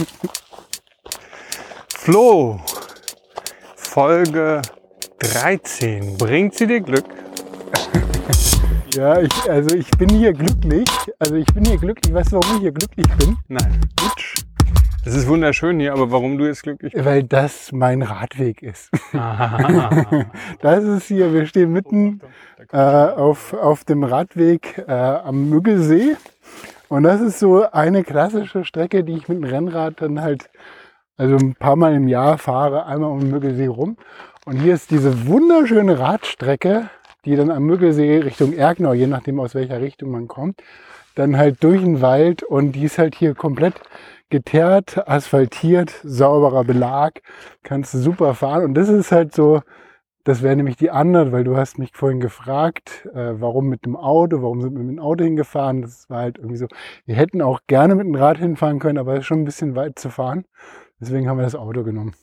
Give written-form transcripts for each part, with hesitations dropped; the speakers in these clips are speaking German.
Flo, Folge 13. Bringt sie dir Glück? Ja, ich bin hier glücklich. Weißt du, warum ich hier glücklich bin? Nein. Gut. Es ist wunderschön hier, aber warum du jetzt glücklich bist? Weil das mein Radweg ist. Aha. Das ist hier, wir stehen mitten auf dem Radweg am Müggelsee. Und das ist so eine klassische Strecke, die ich mit dem Rennrad dann halt also ein paar Mal im Jahr fahre, einmal um den Müggelsee rum. Und hier ist diese wunderschöne Radstrecke, die dann am Müggelsee Richtung Erknau, je nachdem aus welcher Richtung man kommt, dann halt durch den Wald, und die ist halt hier komplett geteert, asphaltiert, sauberer Belag, kannst du super fahren. Und das ist halt so, das wäre nämlich die andere, weil du hast mich vorhin gefragt, warum mit dem Auto, warum sind wir mit dem Auto hingefahren. Das war halt irgendwie so, wir hätten auch gerne mit dem Rad hinfahren können, aber es ist schon ein bisschen weit zu fahren. Deswegen haben wir das Auto genommen.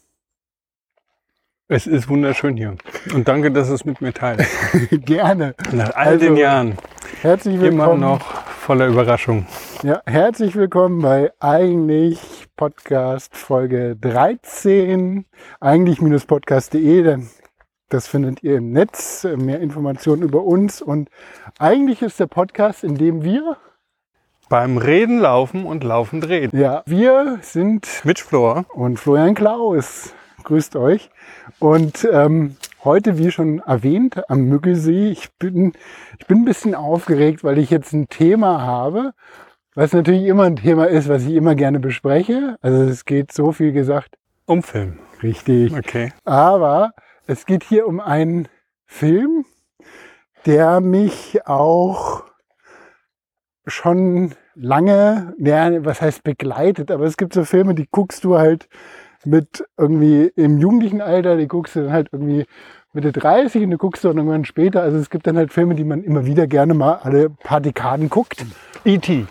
Es ist wunderschön hier. Und danke, dass du es mit mir teilst. Gerne. Nach all den Jahren. Herzlich willkommen. Immer noch voller Überraschung. Ja, herzlich willkommen bei Eigentlich Podcast Folge 13. Eigentlich-podcast.de. Das findet ihr im Netz. Mehr Informationen über uns. Und eigentlich ist der Podcast, in dem wir Beim Reden laufen und laufend reden. Ja, wir sind Mit Flor und Florian Klaus. Grüßt euch. Und heute, wie schon erwähnt, am Müggelsee. Ich bin ein bisschen aufgeregt, weil ich jetzt ein Thema habe, was natürlich immer ein Thema ist, was ich immer gerne bespreche. Also es geht, so viel gesagt. um Film. Richtig. Okay. Aber es geht hier um einen Film, der mich auch schon lange, was heißt begleitet, aber es gibt so Filme, die guckst du halt mit irgendwie im jugendlichen Alter, die guckst du dann halt irgendwie Mitte 30 und die guckst du dann irgendwann später. Also es gibt dann halt Filme, die man immer wieder gerne mal alle paar Dekaden guckt. E.T.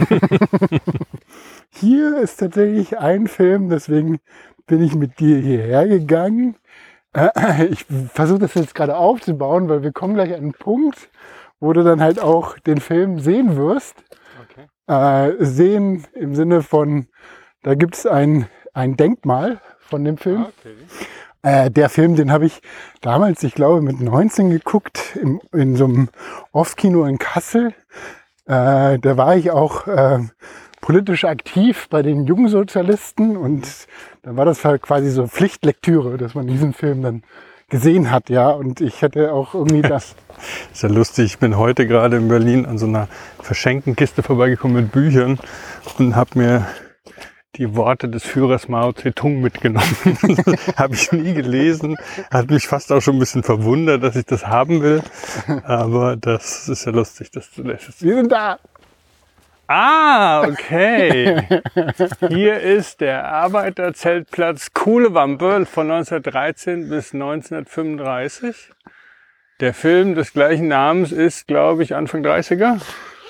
Hier ist tatsächlich ein Film, deswegen bin ich mit dir hierher gegangen. Ich versuche das jetzt gerade aufzubauen, weil wir kommen gleich an einen Punkt, wo du dann halt auch den Film sehen wirst. Okay. Sehen im Sinne von, da gibt es ein Denkmal von dem Film. Okay. Der Film, den habe ich damals, ich glaube, mit 19 geguckt, in so einem Off-Kino in Kassel. Da war ich auch politisch aktiv bei den Jungsozialisten, und dann war das halt quasi so Pflichtlektüre, dass man diesen Film dann gesehen hat, ja. Und ich hatte auch irgendwie das. Ist ja lustig, ich bin heute gerade in Berlin an so einer verschenkten Kiste vorbeigekommen mit Büchern und habe mir die Worte des Führers Mao Zedong mitgenommen. Habe ich nie gelesen, hat mich fast auch schon ein bisschen verwundert, dass ich das haben will. Aber das ist ja lustig, dass du lässt. Wir sind da! Ah, okay. Hier ist der Arbeiterzeltplatz Kuhlewampe von 1913 bis 1935. Der Film des gleichen Namens ist, glaube ich, Anfang 30er.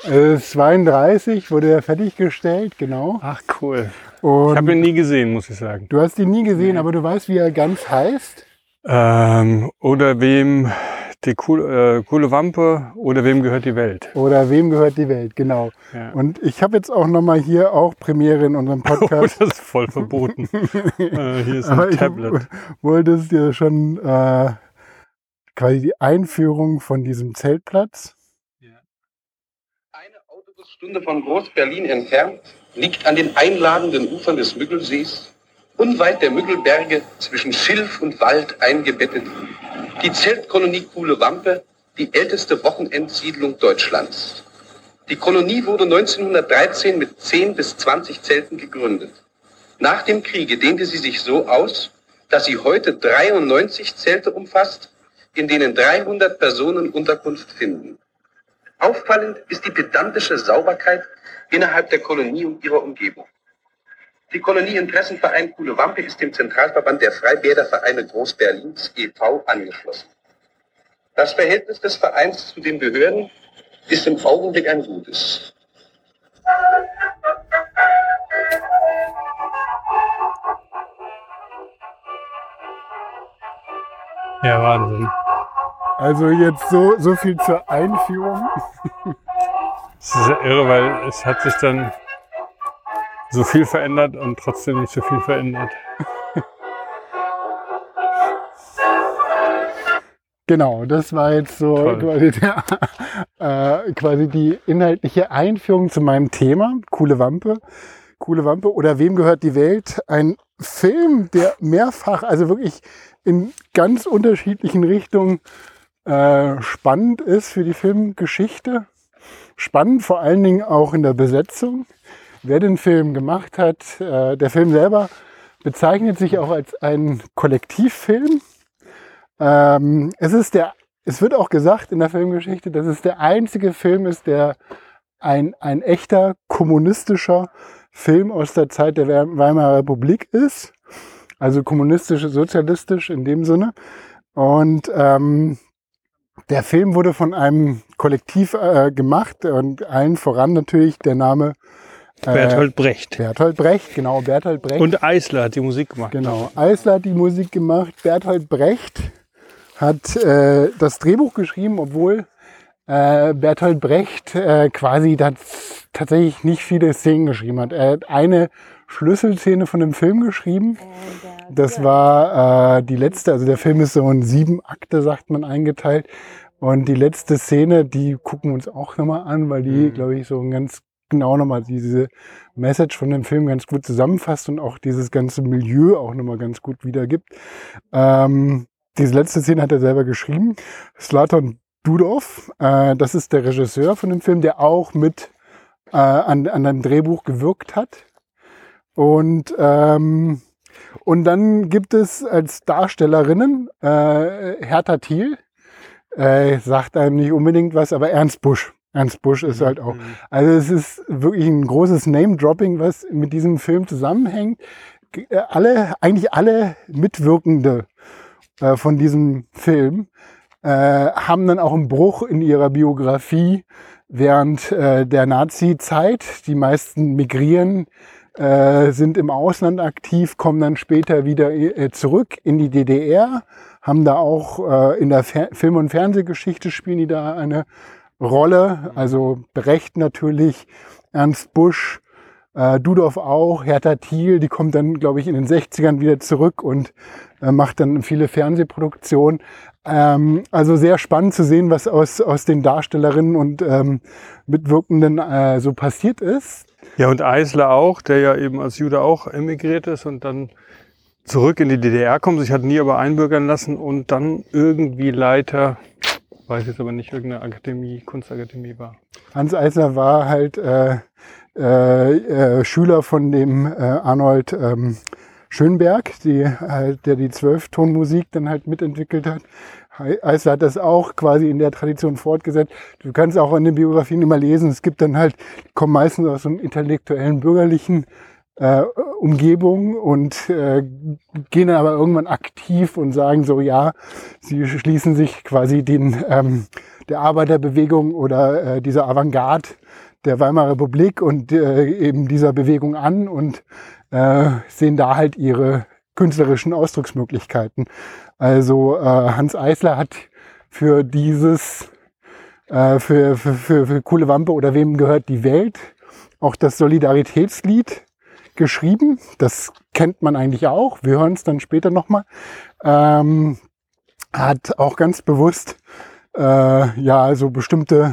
32 wurde er fertiggestellt, genau. Ach, cool. Und Ich habe ihn nie gesehen, muss ich sagen. du hast ihn nie gesehen, aber du weißt, wie er ganz heißt. Oder wem die Kuhlewampe oder wem gehört die Welt? Oder wem gehört die Welt, genau. Ja. Und ich habe jetzt auch nochmal hier auch Premiere in unserem Oh, Podcast. das ist voll verboten. Hier ist Aber ein ich Tablet. wollte es dir schon quasi die Einführung von diesem Zeltplatz. Eine Autobusstunde von Groß-Berlin entfernt liegt an den einladenden Ufern des Müggelsees, unweit der Müggelberge zwischen Schilf und Wald eingebettet, die Zeltkolonie Kuhlewampe, die älteste Wochenendsiedlung Deutschlands. Die Kolonie wurde 1913 mit 10 bis 20 Zelten gegründet. Nach dem Kriege dehnte sie sich so aus, dass sie heute 93 Zelte umfasst, in denen 300 Personen Unterkunft finden. Auffallend ist die pedantische Sauberkeit innerhalb der Kolonie und ihrer Umgebung. Die Kolonie-Interessenverein Kuhlewampe ist dem Zentralverband der Freibädervereine Groß-Berlins e.V. angeschlossen. Das Verhältnis des Vereins zu den Behörden ist im Augenblick ein gutes. Ja, Wahnsinn. Also jetzt so viel zur Einführung. Das ist ja irre, weil es hat sich dann so viel verändert und trotzdem nicht so viel verändert. Genau, das war jetzt so quasi die inhaltliche Einführung zu meinem Thema. Coole Wampe. Coole Wampe oder Wem gehört die Welt? Ein Film, der mehrfach, also wirklich in ganz unterschiedlichen Richtungen spannend ist für die Filmgeschichte. Spannend vor allen Dingen auch in der Besetzung. Wer den Film gemacht hat, der Film selber bezeichnet sich auch als ein Kollektivfilm. Es wird auch gesagt in der Filmgeschichte, dass es der einzige Film ist, der ein echter kommunistischer Film aus der Zeit der Weimarer Republik ist. Also kommunistisch, sozialistisch in dem Sinne. Und der Film wurde von einem Kollektiv gemacht und allen voran natürlich der Name Bertolt Brecht. Bertolt Brecht, genau, Bertolt Brecht. Und Eisler hat die Musik gemacht. Genau, Eisler hat die Musik gemacht. Bertolt Brecht hat das Drehbuch geschrieben, obwohl Bertolt Brecht quasi tatsächlich nicht viele Szenen geschrieben hat. Er hat eine Schlüsselszene von dem Film geschrieben. Das war die letzte, also der Film ist so in 7 Akte, sagt man, eingeteilt. Und die letzte Szene, die gucken wir uns auch nochmal an, weil die, glaube ich, so ein ganz genau nochmal diese Message von dem Film ganz gut zusammenfasst und auch dieses ganze Milieu auch nochmal ganz gut wiedergibt. Diese letzte Szene hat er selber geschrieben. Zlatan Dudov, das ist der Regisseur von dem Film, der auch mit an einem Drehbuch gewirkt hat. Und dann gibt es als Darstellerinnen Hertha Thiel, sagt einem nicht unbedingt was, aber Ernst Busch. Ernst Busch ist halt auch. Also es ist wirklich ein großes Name-Dropping, was mit diesem Film zusammenhängt. Eigentlich alle Mitwirkende von diesem Film haben dann auch einen Bruch in ihrer Biografie während der Nazi-Zeit. Die meisten migrieren, sind im Ausland aktiv, kommen dann später wieder zurück in die DDR, haben da auch in der Film- und Fernsehgeschichte spielen die da eine Rolle. Also Brecht natürlich, Ernst Busch, Dudov auch, Hertha Thiel, die kommt dann, glaube ich, in den 60ern wieder zurück und macht dann viele Fernsehproduktionen. Also sehr spannend zu sehen, was aus den Darstellerinnen und Mitwirkenden so passiert ist. Ja, und Eisler auch, der ja eben als Jude auch emigriert ist und dann zurück in die DDR kommt, sich hat nie aber einbürgern lassen und dann irgendwie Leiter, weiß jetzt aber nicht, irgendeine Akademie, Kunstakademie war. Hans Eisler war halt Schüler von dem Arnold Schönberg, der die 12-Ton-Musik dann halt mitentwickelt hat. Eisler hat das auch quasi in der Tradition fortgesetzt. Du kannst auch in den Biografien immer lesen, es gibt dann halt, kommen meistens aus so einem intellektuellen, bürgerlichen Umgebung und gehen dann aber irgendwann aktiv und sagen so, ja, sie schließen sich quasi der Arbeiterbewegung oder dieser Avantgarde der Weimarer Republik und eben dieser Bewegung an und sehen da halt ihre künstlerischen Ausdrucksmöglichkeiten. Also Hans Eisler hat für dieses, für Coole Wampe oder Wem gehört die Welt auch das Solidaritätslied geschrieben. Das kennt man eigentlich auch. Wir hören es dann später nochmal. Hat auch ganz bewusst so bestimmte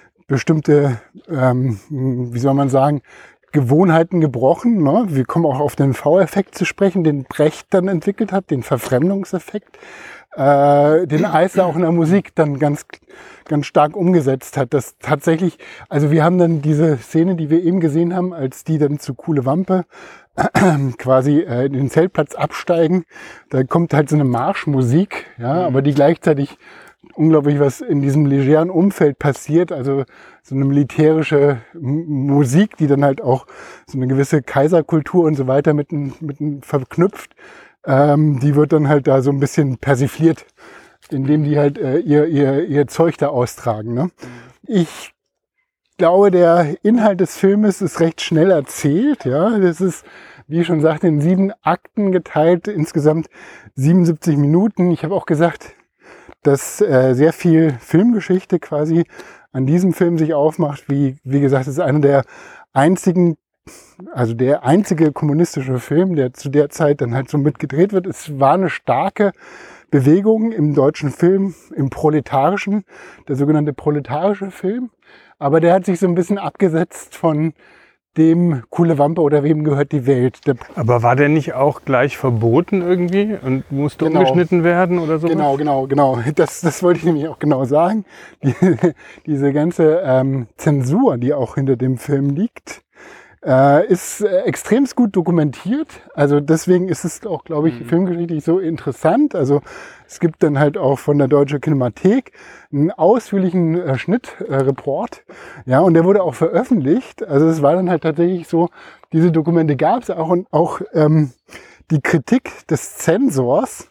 wie soll man sagen, Gewohnheiten gebrochen. Ne? Wir kommen auch auf den V-Effekt zu sprechen, den Brecht dann entwickelt hat, den Verfremdungseffekt, den Eisler auch in der Musik dann ganz stark umgesetzt hat. Das tatsächlich, also wir haben dann diese Szene, die wir eben gesehen haben, als die dann zu Coole Wampe quasi in den Zeltplatz absteigen. Da kommt halt so eine Marschmusik, ja, aber die gleichzeitig unglaublich was in diesem legeren Umfeld passiert, also so eine militärische Musik, die dann halt auch so eine gewisse Kaiserkultur und so weiter mit verknüpft, die wird dann halt da so ein bisschen persifliert, indem die halt ihr Zeug da austragen. Ne? Ich glaube, der Inhalt des Filmes ist recht schnell erzählt. Ja, das ist, wie ich schon sagte, in 7 Akten geteilt, insgesamt 77 Minuten. Ich habe auch gesagt, dass sehr viel Filmgeschichte quasi an diesem Film sich aufmacht. Wie gesagt, es ist einer der einzigen also der einzige kommunistische Film, der zu der Zeit dann halt so mitgedreht wird. Es war eine starke Bewegung im deutschen Film, im proletarischen, der sogenannte proletarische Film. Aber der hat sich so ein bisschen abgesetzt von dem Kuhle Wampe oder Wem gehört die Welt. Aber war der nicht auch gleich verboten irgendwie und musste umgeschnitten werden oder so? Genau. Das wollte ich nämlich auch genau sagen. Diese ganze Zensur, die auch hinter dem Film liegt, ist extremst gut dokumentiert. Also deswegen ist es auch, glaube ich, filmgeschichtlich so interessant. Also es gibt dann halt auch von der Deutschen Kinemathek einen ausführlichen Schnittreport. Ja, und der wurde auch veröffentlicht. Also es war dann halt tatsächlich so, diese Dokumente gab es auch und auch die Kritik des Zensors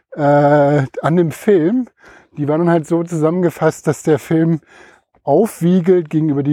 an dem Film, die war dann halt so zusammengefasst, dass der Film aufwiegelt gegenüber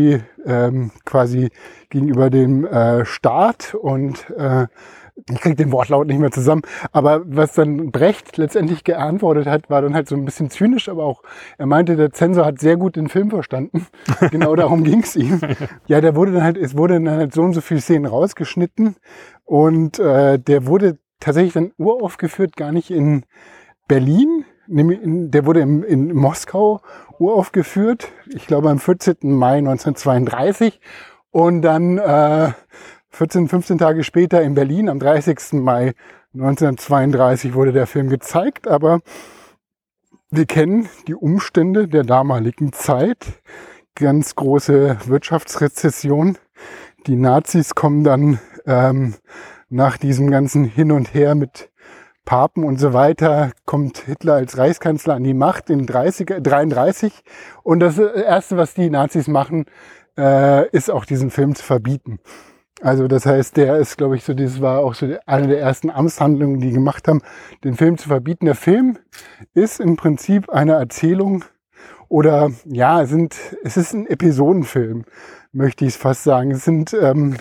gegenüber dem Staat und ich kriege den Wortlaut nicht mehr zusammen, aber was dann Brecht letztendlich geantwortet hat, war dann halt so ein bisschen zynisch, aber auch, er meinte, der Zensor hat sehr gut den Film verstanden. Genau darum ging es ihm. Ja, es wurde dann halt so und so viele Szenen rausgeschnitten und der wurde tatsächlich dann uraufgeführt, gar nicht in Berlin, der wurde in Moskau uraufgeführt, ich glaube am 14. Mai 1932 und dann 15 Tage später in Berlin am 30. Mai 1932 wurde der Film gezeigt, aber wir kennen die Umstände der damaligen Zeit, ganz große Wirtschaftsrezession, die Nazis kommen dann nach diesem ganzen Hin und Her mit Papen und so weiter, kommt Hitler als Reichskanzler an die Macht in 1933 und das Erste, was die Nazis machen, ist auch diesen Film zu verbieten. Also das heißt, der ist, glaube ich, das war auch so eine der ersten Amtshandlungen, die gemacht haben, den Film zu verbieten. Der Film ist im Prinzip eine Erzählung oder ja, es ist ein Episodenfilm, möchte ich es fast sagen. Es sind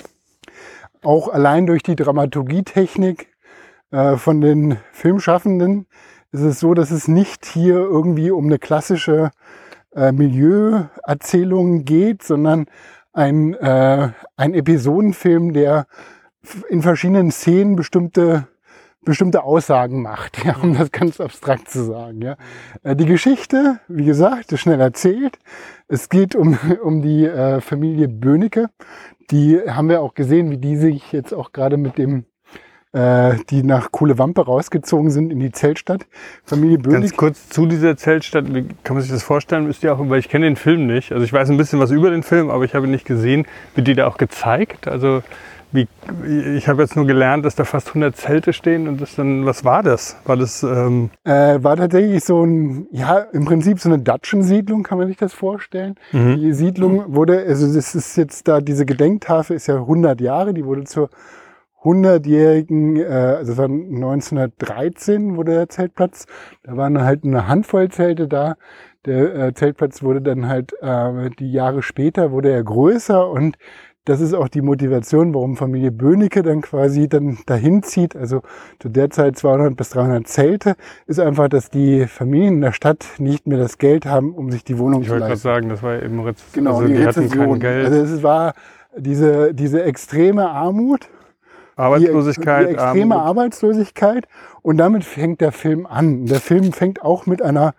auch allein durch die Dramaturgietechnik von den Filmschaffenden ist es so, dass es nicht hier irgendwie um eine klassische Milieuerzählung geht, sondern ein Episodenfilm, der in verschiedenen Szenen bestimmte Aussagen macht, ja, um das ganz abstrakt zu sagen. Ja. Die Geschichte, wie gesagt, ist schnell erzählt. Es geht um die Familie Böhnecke. Die haben wir auch gesehen, wie die sich jetzt auch gerade mit dem die nach Kuhle Wampe rausgezogen sind in die Zeltstadt. Familie Böhnecke. Ganz kurz zu dieser Zeltstadt, wie kann man sich das vorstellen? Ist die auch, weil ich kenne den Film nicht. Also ich weiß ein bisschen was über den Film, aber ich habe ihn nicht gesehen. Wird die da auch gezeigt? Also ich habe jetzt nur gelernt, dass da fast 100 Zelte stehen und was war das? War das? War tatsächlich so im Prinzip so eine Datschensiedlung, kann man sich das vorstellen. Die Siedlung wurde, also das ist jetzt da, diese Gedenktafel ist ja 100 Jahre, die wurde zur 100-jährigen, also das war 1913 wurde der Zeltplatz, da waren halt eine Handvoll Zelte da. Der Zeltplatz wurde dann halt die Jahre später wurde er größer und das ist auch die Motivation, warum Familie Böhnecke dann quasi dann dahin zieht. Also zu der Zeit 200 bis 300 Zelte, ist einfach, dass die Familien in der Stadt nicht mehr das Geld haben, um sich die Wohnung zu leisten. Ich wollte gerade sagen, das war ja eben genau, also die hatten kein Geld. Also es war diese extreme Armut. Arbeitslosigkeit. Die extreme Arbeitslosigkeit und damit fängt der Film an. Der Film fängt auch mit einer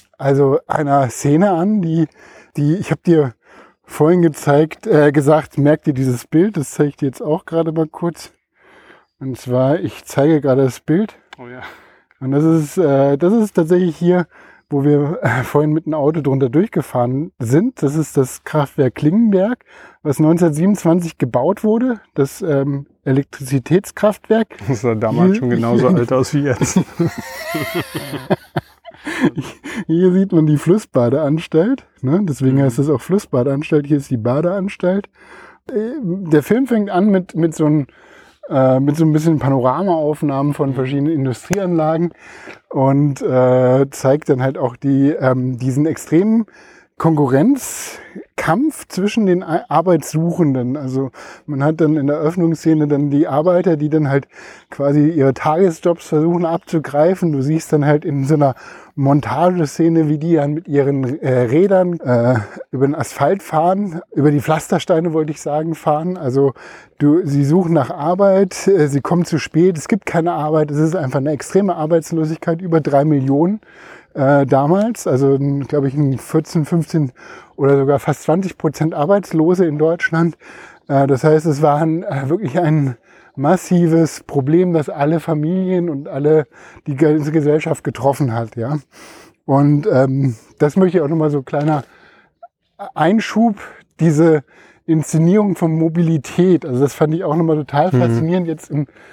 Szene an, die ich habe dir vorhin gesagt, merkt dir dieses Bild, das zeige ich dir jetzt auch gerade mal kurz. Und zwar, ich zeige gerade das Bild. Oh ja. Und das ist tatsächlich hier, wo wir vorhin mit dem Auto drunter durchgefahren sind. Das ist das Kraftwerk Klingenberg, was 1927 gebaut wurde. Das Elektrizitätskraftwerk. Das sah damals schon genauso alt aus wie jetzt. Hier sieht man die Flussbadeanstalt. Ne? Deswegen heißt es auch Flussbadeanstalt. Hier ist die Badeanstalt. Der Film fängt an mit so ein bisschen Panoramaaufnahmen von verschiedenen Industrieanlagen und zeigt dann halt auch diesen extremen Konkurrenzkampf zwischen den Arbeitssuchenden. Also man hat dann in der Öffnungsszene dann die Arbeiter, die dann halt quasi ihre Tagesjobs versuchen abzugreifen. Du siehst dann halt in so einer Montageszene, wie die dann mit ihren Rädern über den Asphalt fahren, über die Pflastersteine wollte ich sagen, fahren. Also sie suchen nach Arbeit, sie kommen zu spät, es gibt keine Arbeit, es ist einfach eine extreme Arbeitslosigkeit, über 3 Millionen. Damals, also glaube ich 14, 15 oder sogar fast 20% Arbeitslose in Deutschland. Das heißt, es war wirklich ein massives Problem, das alle Familien und die ganze Gesellschaft getroffen hat. Ja. Und das möchte ich auch nochmal so kleiner Einschub, diese Inszenierung von Mobilität. Also das fand ich auch nochmal total faszinierend, jetzt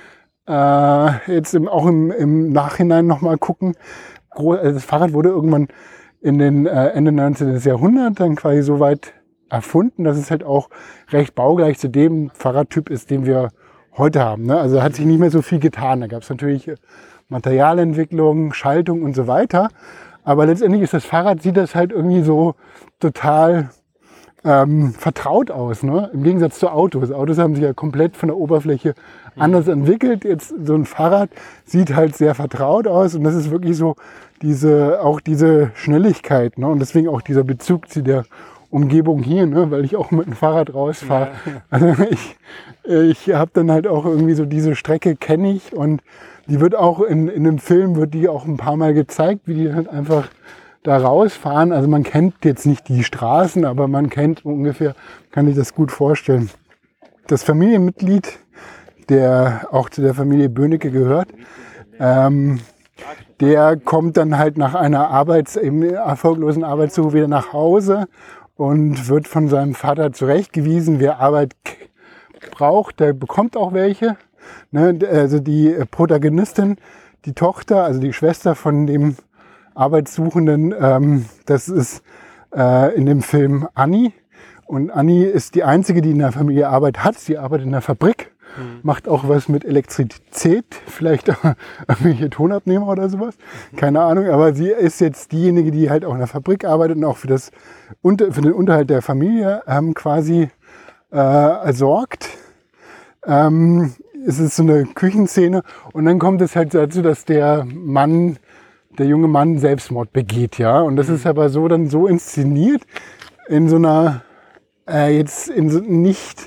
auch im Nachhinein nochmal gucken. Das Fahrrad wurde irgendwann in den Ende 19. Jahrhundert dann quasi so weit erfunden, dass es halt auch recht baugleich zu dem Fahrradtyp ist, den wir heute haben. Ne? Also hat sich nicht mehr so viel getan. Da gab es natürlich Materialentwicklung, Schaltung und so weiter. Aber letztendlich ist das Fahrrad, sieht das halt irgendwie so total vertraut aus, ne? Im Gegensatz zu Autos. Autos haben sich ja komplett von der Oberfläche anders entwickelt. Jetzt so ein Fahrrad sieht halt sehr vertraut aus und das ist wirklich so diese Schnelligkeit, ne? Und deswegen auch dieser Bezug zu der Umgebung hier, ne? Weil ich auch mit dem Fahrrad rausfahre. Ja. Also ich habe dann halt auch irgendwie so diese Strecke kenne ich und die wird auch in dem Film wird die auch ein paar Mal gezeigt, wie die halt einfach da rausfahren. Also man kennt jetzt nicht die Straßen, aber man kennt ungefähr, kann ich das gut vorstellen. Das Familienmitglied, der auch zu der Familie Böhnecke gehört, der kommt dann halt nach einer erfolglosen Arbeitssuche wieder nach Hause und wird von seinem Vater zurechtgewiesen. Wer Arbeit braucht, der bekommt auch welche. Ne? Also die Protagonistin, die Tochter, also die Schwester von dem Arbeitssuchenden, das ist in dem Film Annie. Und Annie ist die einzige, die in der Familie Arbeit hat. Sie arbeitet in der Fabrik, macht auch was mit Elektrizität, vielleicht irgendwelche Tonabnehmer oder sowas. Keine Ahnung, aber sie ist jetzt diejenige, die halt auch in der Fabrik arbeitet und auch für den Unterhalt der Familie quasi sorgt. Es ist so eine Küchenszene und dann kommt es halt dazu, dass der junge Mann Selbstmord begeht, ja. Und das ist aber dann so inszeniert, in so einer, nicht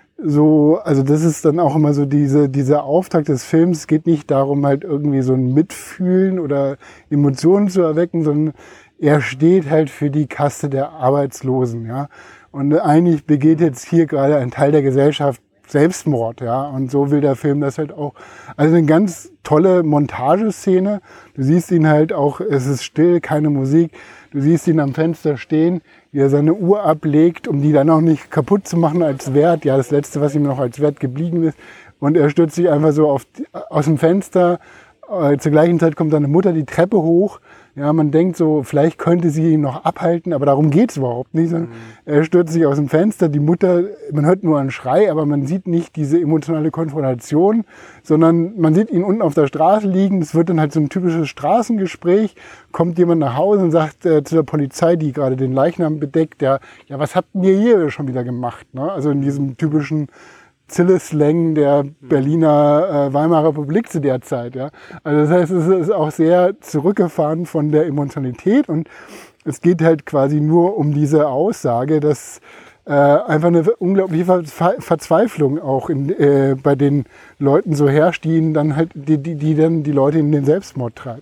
so, also das ist dann auch immer so dieser Auftakt des Films. Es geht nicht darum, halt irgendwie so ein Mitfühlen oder Emotionen zu erwecken, sondern er steht halt für die Kaste der Arbeitslosen, ja. Und eigentlich begeht jetzt hier gerade ein Teil der Gesellschaft Selbstmord, ja, und so will der Film das halt auch. Also eine ganz tolle Montageszene. Du siehst ihn halt auch, es ist still, keine Musik. Du siehst ihn am Fenster stehen, wie er seine Uhr ablegt, um die dann auch nicht kaputt zu machen als Wert. Ja, das Letzte, was ihm noch als Wert geblieben ist. Und er stürzt sich einfach so aus dem Fenster. Zur gleichen Zeit kommt seine Mutter die Treppe hoch. Ja, man denkt so, vielleicht könnte sie ihn noch abhalten, aber darum geht's überhaupt nicht. Er stürzt sich aus dem Fenster, die Mutter, man hört nur einen Schrei, aber man sieht nicht diese emotionale Konfrontation, sondern man sieht ihn unten auf der Straße liegen. Es wird dann halt so ein typisches Straßengespräch. Kommt jemand nach Hause und sagt zu der Polizei, die gerade den Leichnam bedeckt, ja, was habt ihr hier schon wieder gemacht? Ne? Also in diesem typischen Zille-Slang der Berliner Weimarer Republik zu der Zeit. Ja. Also das heißt, es ist auch sehr zurückgefahren von der Emotionalität und es geht halt quasi nur um diese Aussage, dass einfach eine unglaubliche Verzweiflung auch bei den Leuten so herrscht, die dann halt die dann die Leute in den Selbstmord treibt.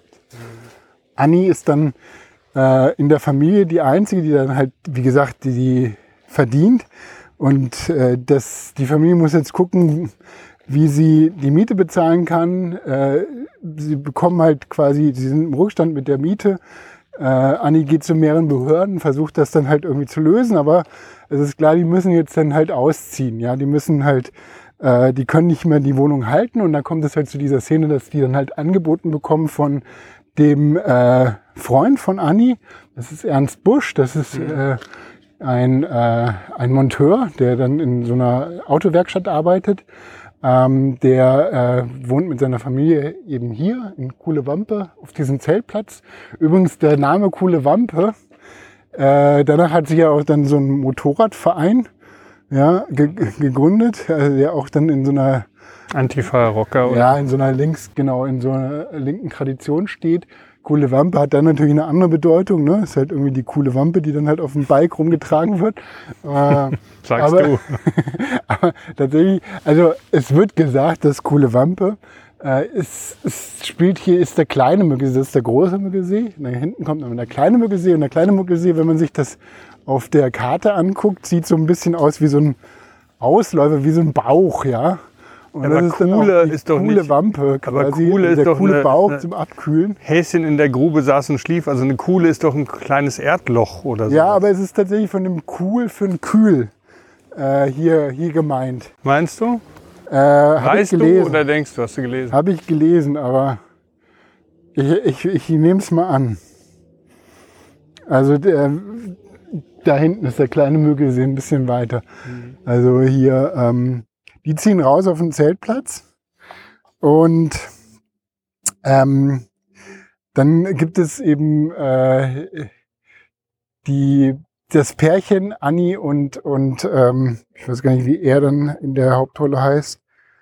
Annie ist dann in der Familie die einzige, die dann halt, wie gesagt, die verdient. Und die Familie muss jetzt gucken, wie sie die Miete bezahlen kann. Sie bekommen halt quasi, sie sind im Rückstand mit der Miete. Annie geht zu mehreren Behörden, versucht das dann halt irgendwie zu lösen, aber es ist klar, die müssen jetzt dann halt ausziehen. Ja, die müssen halt, die können nicht mehr die Wohnung halten und dann kommt es halt zu dieser Szene, dass die dann halt angeboten bekommen von dem Freund von Annie. Das ist Ernst Busch, das ist ein Monteur, der dann in so einer Autowerkstatt arbeitet. Der wohnt mit seiner Familie eben hier in Kuhle Wampe auf diesem Zeltplatz. Übrigens der Name Kuhle Wampe Danach hat sich ja auch dann so ein Motorradverein gegründet, der auch dann in so einer Antifa-Rocker, oder? ja, in so einer linken Tradition steht. Coole Wampe hat dann natürlich eine andere Bedeutung, ne? Ist halt irgendwie die coole Wampe, die dann halt auf dem Bike rumgetragen wird. Sagst du. Aber tatsächlich, also es wird gesagt, dass coole Wampe es spielt hier, ist der kleine Müggelsee, das ist der große Müggelsee. Da hinten kommt noch der kleine Müggelsee. Und der kleine Müggelsee, wenn man sich das auf der Karte anguckt, sieht so ein bisschen aus wie so ein Ausläufer, wie so ein Bauch, ja. Und aber das ist dann Kuhle auch die ist doch coole nicht, Wampe, aber quasi, Kuhle ist der doch coole Bauch eine zum Abkühlen. Häschen in der Grube saß und schlief. Also eine Kuhle ist doch ein kleines Erdloch oder so. Ja, aber es ist tatsächlich von dem Kuhl für ein Kühl hier gemeint. Meinst du? Weißt du oder denkst du, hast du gelesen? Habe ich gelesen, aber ich nehme es mal an. Also da hinten ist der kleine Müggelsee ein bisschen weiter. Also hier, die ziehen raus auf den Zeltplatz und dann gibt es eben das Pärchen Anni und ich weiß gar nicht, wie er dann in der Hauptrolle heißt,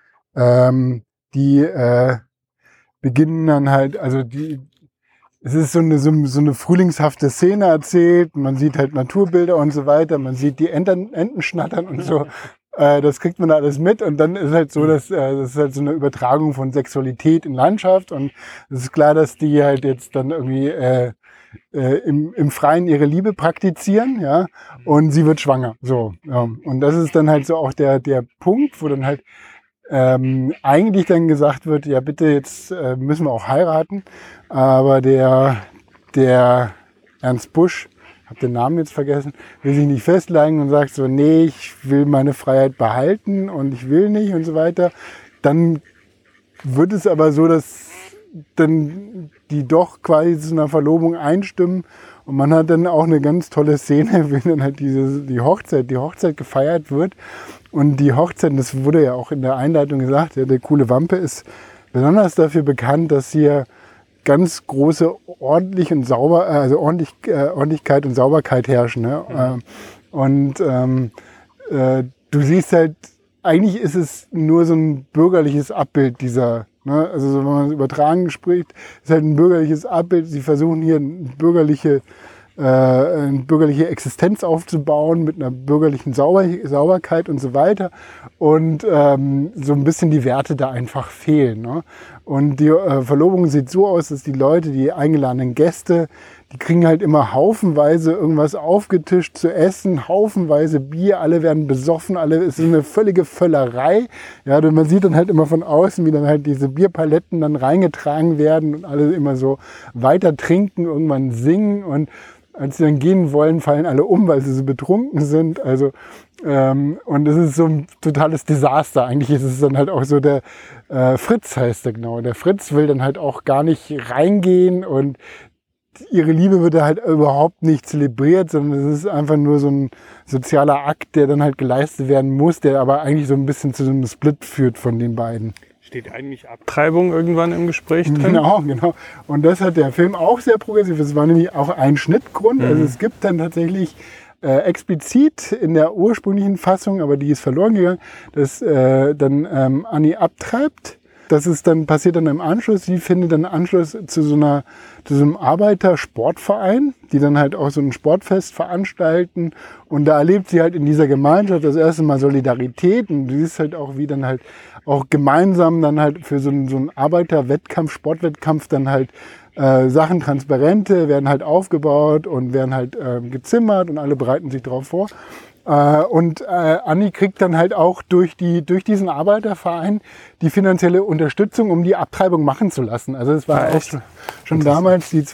die beginnen dann halt, also es ist so eine frühlingshafte Szene erzählt, man sieht halt Naturbilder und so weiter, man sieht die Enten schnattern und so, das kriegt man da alles mit und dann ist halt so, dass das ist halt so eine Übertragung von Sexualität in Landschaft und es ist klar, dass die halt jetzt dann irgendwie im Freien ihre Liebe praktizieren, ja, und sie wird schwanger, so, ja. Und das ist dann halt so auch der Punkt, wo dann halt eigentlich dann gesagt wird, ja bitte, jetzt müssen wir auch heiraten, aber der Ernst Busch, habe den Namen jetzt vergessen, will sich nicht festlegen und sagt so, nee, ich will meine Freiheit behalten und ich will nicht und so weiter. Dann wird es aber so, dass dann die doch quasi zu einer Verlobung einstimmen und man hat dann auch eine ganz tolle Szene, wenn dann halt die Hochzeit gefeiert wird. Und die Hochzeit, das wurde ja auch in der Einleitung gesagt, ja, der coole Wampe ist besonders dafür bekannt, dass hier ganz große Ordentlichkeit und Sauberkeit herrschen. Ne? Du siehst halt, eigentlich ist es nur so ein bürgerliches Abbild dieser, ne? Also so, wenn man es übertragen spricht, ist halt ein bürgerliches Abbild. Sie versuchen hier eine bürgerliche Existenz aufzubauen mit einer bürgerlichen Sauberkeit und so weiter. Und so ein bisschen die Werte da einfach fehlen. Ne? Und die Verlobung sieht so aus, dass die Leute, die eingeladenen Gäste, die kriegen halt immer haufenweise irgendwas aufgetischt zu essen, haufenweise Bier, alle werden besoffen, es ist eine völlige Völlerei. Ja, und man sieht dann halt immer von außen, wie dann halt diese Bierpaletten dann reingetragen werden und alle immer so weiter trinken, irgendwann singen und als sie dann gehen wollen, fallen alle um, weil sie so betrunken sind. Also und es ist so ein totales Desaster. Eigentlich ist es dann halt auch so der Fritz heißt er genau. Der Fritz will dann halt auch gar nicht reingehen und ihre Liebe wird da halt überhaupt nicht zelebriert, sondern es ist einfach nur so ein sozialer Akt, der dann halt geleistet werden muss, der aber eigentlich so ein bisschen zu so einem Split führt von den beiden. Steht eigentlich Abtreibung irgendwann im Gespräch drin? Genau. Und das hat der Film auch sehr progressiv. Es war nämlich auch ein Schnittgrund. Also es gibt dann tatsächlich explizit in der ursprünglichen Fassung, aber die ist verloren gegangen, dass dann Anni abtreibt. Das ist dann, passiert dann im Anschluss. Sie findet dann Anschluss zu so einem Arbeitersportverein, die dann halt auch so ein Sportfest veranstalten. Und da erlebt sie halt in dieser Gemeinschaft das erste Mal Solidarität. Und du siehst halt auch, wie dann halt auch gemeinsam dann halt für so einen Arbeiterwettkampf, Sportwettkampf dann halt Sachen, Transparente werden halt aufgebaut und werden halt gezimmert und alle bereiten sich darauf vor. Und Anni kriegt dann halt auch durch diesen Arbeiterverein die finanzielle Unterstützung, um die Abtreibung machen zu lassen. Also es war auch schon damals die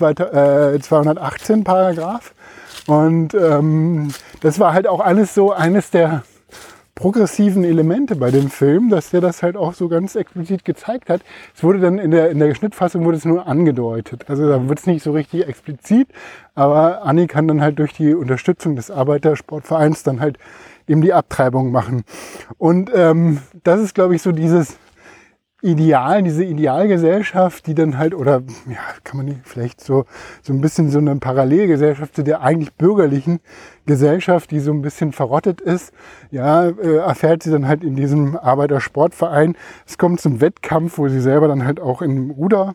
218 Paragraph. Und das war halt auch eines der progressiven Elemente bei dem Film, dass der das halt auch so ganz explizit gezeigt hat. Es wurde dann in der Schnittfassung wurde es nur angedeutet. Also da wird es nicht so richtig explizit, aber Anni kann dann halt durch die Unterstützung des Arbeitersportvereins dann halt eben die Abtreibung machen. Und das ist, glaube ich, so dieses Idealen, diese Idealgesellschaft, die dann halt, oder ja, kann man nicht, vielleicht so ein bisschen so eine Parallelgesellschaft zu der eigentlich bürgerlichen Gesellschaft, die so ein bisschen verrottet ist, ja, erfährt sie dann halt in diesem Arbeitersportverein. Es kommt zum Wettkampf, wo sie selber dann halt auch im Ruder,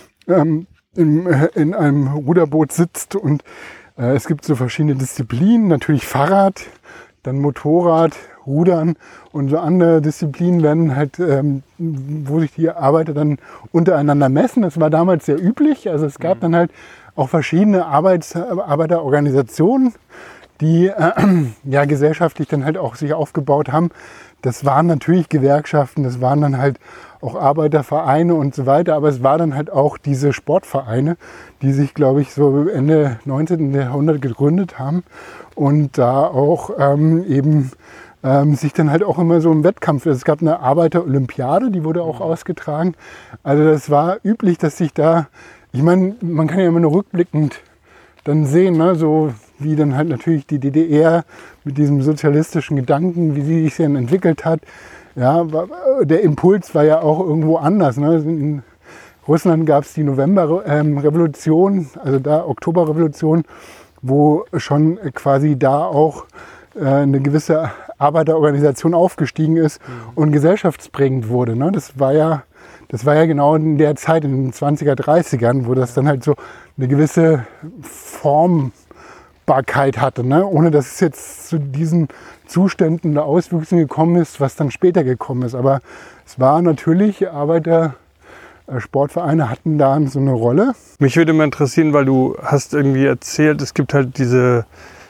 in einem Ruderboot sitzt und es gibt so verschiedene Disziplinen, natürlich Fahrrad, dann Motorrad, Rudern und so andere Disziplinen werden halt, wo sich die Arbeiter dann untereinander messen. Das war damals sehr üblich. Also es gab dann halt auch verschiedene Arbeiterorganisationen, die ja gesellschaftlich dann halt auch sich aufgebaut haben. Das waren natürlich Gewerkschaften, das waren dann halt auch Arbeitervereine und so weiter, aber es war dann halt auch diese Sportvereine, die sich, glaube ich, so Ende 19. Jahrhundert gegründet haben und da auch sich dann halt auch immer so im Wettkampf. Es gab eine Arbeiter-Olympiade, die wurde auch ausgetragen. Also das war üblich, dass sich da, ich meine, man kann ja immer nur rückblickend dann sehen, ne, so wie dann halt natürlich die DDR mit diesem sozialistischen Gedanken, wie sie sich dann entwickelt hat. Ja, der Impuls war ja auch irgendwo anders. Ne? In Russland gab es die Novemberrevolution, also da Oktoberrevolution, wo schon quasi da auch eine gewisse Arbeiterorganisation aufgestiegen ist und gesellschaftsprägend wurde. Ne? Das war ja genau in der Zeit, in den 20er, 30ern, wo das dann halt so eine gewisse Formbarkeit hatte, ne? Ohne dass es jetzt zu diesen Zuständen oder Auswüchsen gekommen ist, was dann später gekommen ist. Aber es war natürlich, Sportvereine hatten da so eine Rolle. Mich würde mal interessieren, weil du hast irgendwie erzählt, es gibt halt diese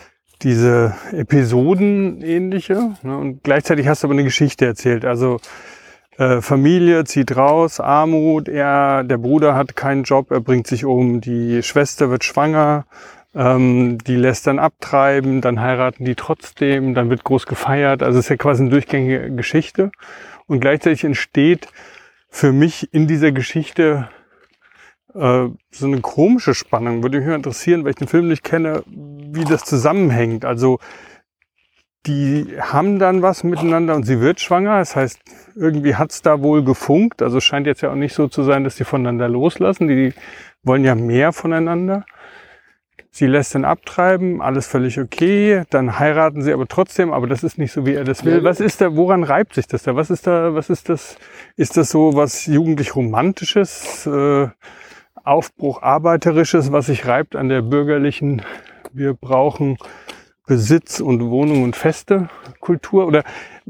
Episoden ähnliche, ne? Und gleichzeitig hast du aber eine Geschichte erzählt. Also Familie zieht raus, Armut, der Bruder hat keinen Job, er bringt sich um, die Schwester wird schwanger, die lässt dann abtreiben, dann heiraten die trotzdem, dann wird groß gefeiert. Also es ist ja quasi eine durchgängige Geschichte. Und gleichzeitig entsteht für mich in dieser Geschichte so eine komische Spannung. Würde mich mal interessieren, weil ich den Film nicht kenne, wie das zusammenhängt. Also die haben dann was miteinander und sie wird schwanger. Das heißt, irgendwie hat's da wohl gefunkt. Also es scheint jetzt ja auch nicht so zu sein, dass die voneinander loslassen. Die wollen ja mehr voneinander. Sie lässt dann abtreiben, alles völlig okay. Dann heiraten sie aber trotzdem, aber das ist nicht so, wie er das will. Was ist da, woran reibt sich das da? Was ist das? Ist das so was jugendlich Romantisches, Aufbruch Arbeiterisches, was sich reibt an der bürgerlichen, wir brauchen Besitz und Wohnung und Feste Kultur? Oder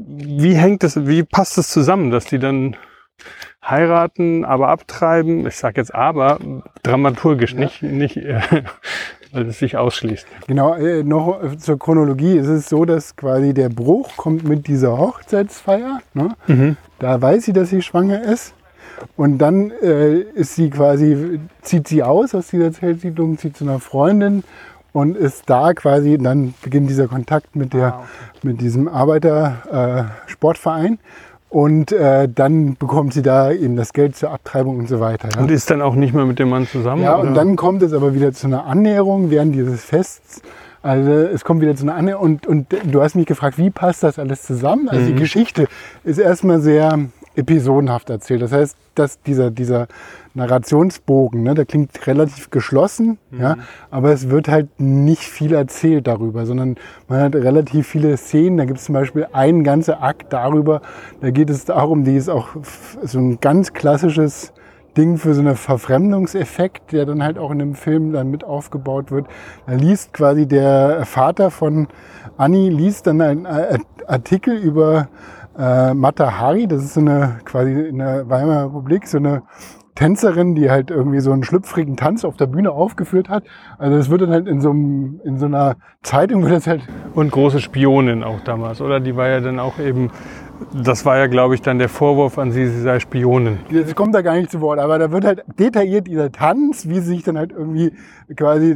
wie passt das zusammen, dass die dann heiraten, aber abtreiben? Ich sage jetzt aber, dramaturgisch, ja. nicht weil es sich ausschließt. Genau, noch zur Chronologie. Es ist so, dass quasi der Bruch kommt mit dieser Hochzeitsfeier. Ne? Mhm. Da weiß sie, dass sie schwanger ist. Und dann ist sie quasi, zieht sie aus dieser Zeltsiedlung, zieht zu einer Freundin und ist da quasi, dann beginnt dieser Kontakt mit diesem Arbeiter-Sportverein. Und dann bekommt sie da eben das Geld zur Abtreibung und so weiter. Ja. Und ist dann auch nicht mehr mit dem Mann zusammen? Ja, oder? Und dann kommt es aber wieder zu einer Annäherung während dieses Fests. Also es kommt wieder zu einer Annäherung. Und du hast mich gefragt, wie passt das alles zusammen? Also die Geschichte ist erstmal sehr episodenhaft erzählt. Das heißt, dass dieser Narrationsbogen, ne, der klingt relativ geschlossen, ja, aber es wird halt nicht viel erzählt darüber, sondern man hat relativ viele Szenen. Da gibt es zum Beispiel einen ganzen Akt darüber, da geht es darum, die ist auch so ein ganz klassisches Ding für so einen Verfremdungseffekt, der dann halt auch in dem Film dann mit aufgebaut wird. Da liest quasi der Vater von Annie, liest dann einen Artikel über Mata Hari, das ist so eine quasi in der Weimarer Republik so eine Tänzerin, die halt irgendwie so einen schlüpfrigen Tanz auf der Bühne aufgeführt hat. Also das wird dann halt in so einer Zeitung wird das halt. Und große Spionin auch damals, oder? Die war ja dann auch eben, das war ja, glaube ich, dann der Vorwurf an sie sei Spionin. Das kommt da gar nicht zu Wort, aber da wird halt detailliert dieser Tanz, wie sie sich dann halt irgendwie quasi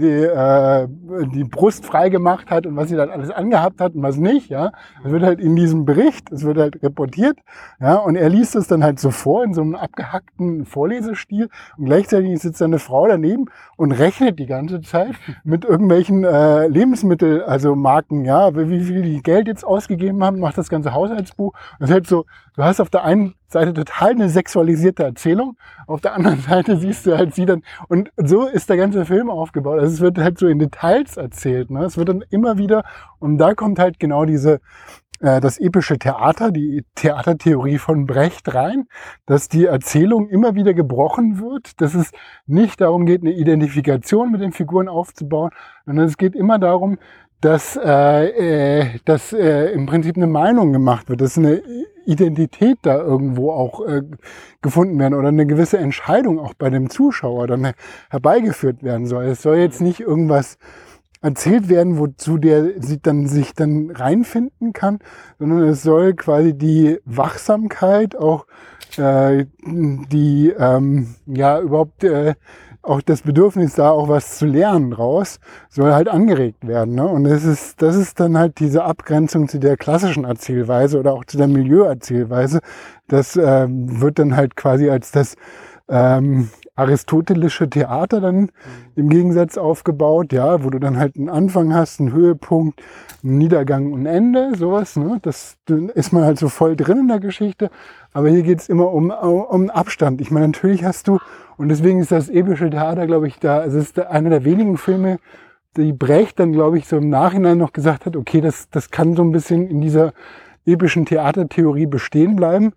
die Brust frei gemacht hat und was sie dann alles angehabt hat und was nicht, ja. Das wird halt in diesem Bericht, es wird halt reportiert, ja, und er liest es dann halt so vor in so einem abgehackten Vorlesestil und gleichzeitig sitzt da eine Frau daneben und rechnet die ganze Zeit mit irgendwelchen Lebensmittel, also Marken, ja, wie viel die Geld jetzt ausgegeben haben, macht das ganze Haushaltsbuch Das ist halt so, du hast auf der einen Seite total eine sexualisierte Erzählung, auf der anderen Seite siehst du halt sie dann, und so ist der ganze Film aufgebaut. Also es wird halt so in Details erzählt, ne? Es wird dann immer wieder, und da kommt halt genau das epische Theater, die Theatertheorie von Brecht rein, dass die Erzählung immer wieder gebrochen wird, dass es nicht darum geht, eine Identifikation mit den Figuren aufzubauen, sondern es geht immer darum, dass im Prinzip eine Meinung gemacht wird, dass eine Identität da irgendwo auch gefunden werden oder eine gewisse Entscheidung auch bei dem Zuschauer dann herbeigeführt werden soll. Es soll jetzt nicht irgendwas erzählt werden, wozu der sich dann reinfinden kann, sondern es soll quasi die Wachsamkeit, auch auch das Bedürfnis da, auch was zu lernen draus, soll halt angeregt werden. Ne? Und das ist dann halt diese Abgrenzung zu der klassischen Erzählweise oder auch zu der Milieuerzählweise. Das wird dann halt quasi als das aristotelische Theater dann im Gegensatz aufgebaut, ja, wo du dann halt einen Anfang hast, einen Höhepunkt, einen Niedergang und ein Ende, sowas, ne? Das ist man halt so voll drin in der Geschichte, aber hier geht's immer um Abstand. Ich meine, natürlich hast du, und deswegen ist das epische Theater, glaube ich, es ist einer der wenigen Filme, die Brecht dann, glaube ich, so im Nachhinein noch gesagt hat, okay, das kann so ein bisschen in dieser epischen Theatertheorie bestehen bleiben.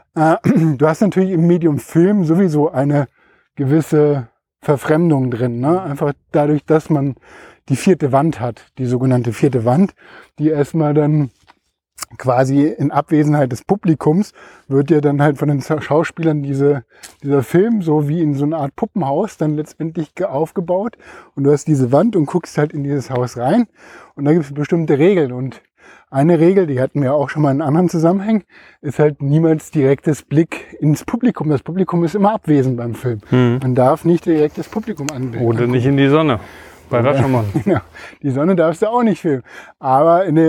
Du hast natürlich im Medium Film sowieso eine gewisse Verfremdung drin, ne? Einfach dadurch, dass man die vierte Wand hat, die sogenannte vierte Wand, die erstmal dann quasi in Abwesenheit des Publikums wird ja dann halt von den Schauspielern dieser Film so wie in so einer Art Puppenhaus dann letztendlich aufgebaut, und du hast diese Wand und guckst halt in dieses Haus rein, und da gibt es bestimmte Regeln, und eine Regel, die hatten wir auch schon mal in anderen Zusammenhängen, ist halt niemals direktes Blick ins Publikum. Das Publikum ist immer abwesend beim Film. Man darf nicht direkt das Publikum anblicken. Oder nicht in die Sonne. Bei Rashomon. Genau. Die Sonne darfst du auch nicht filmen. Aber in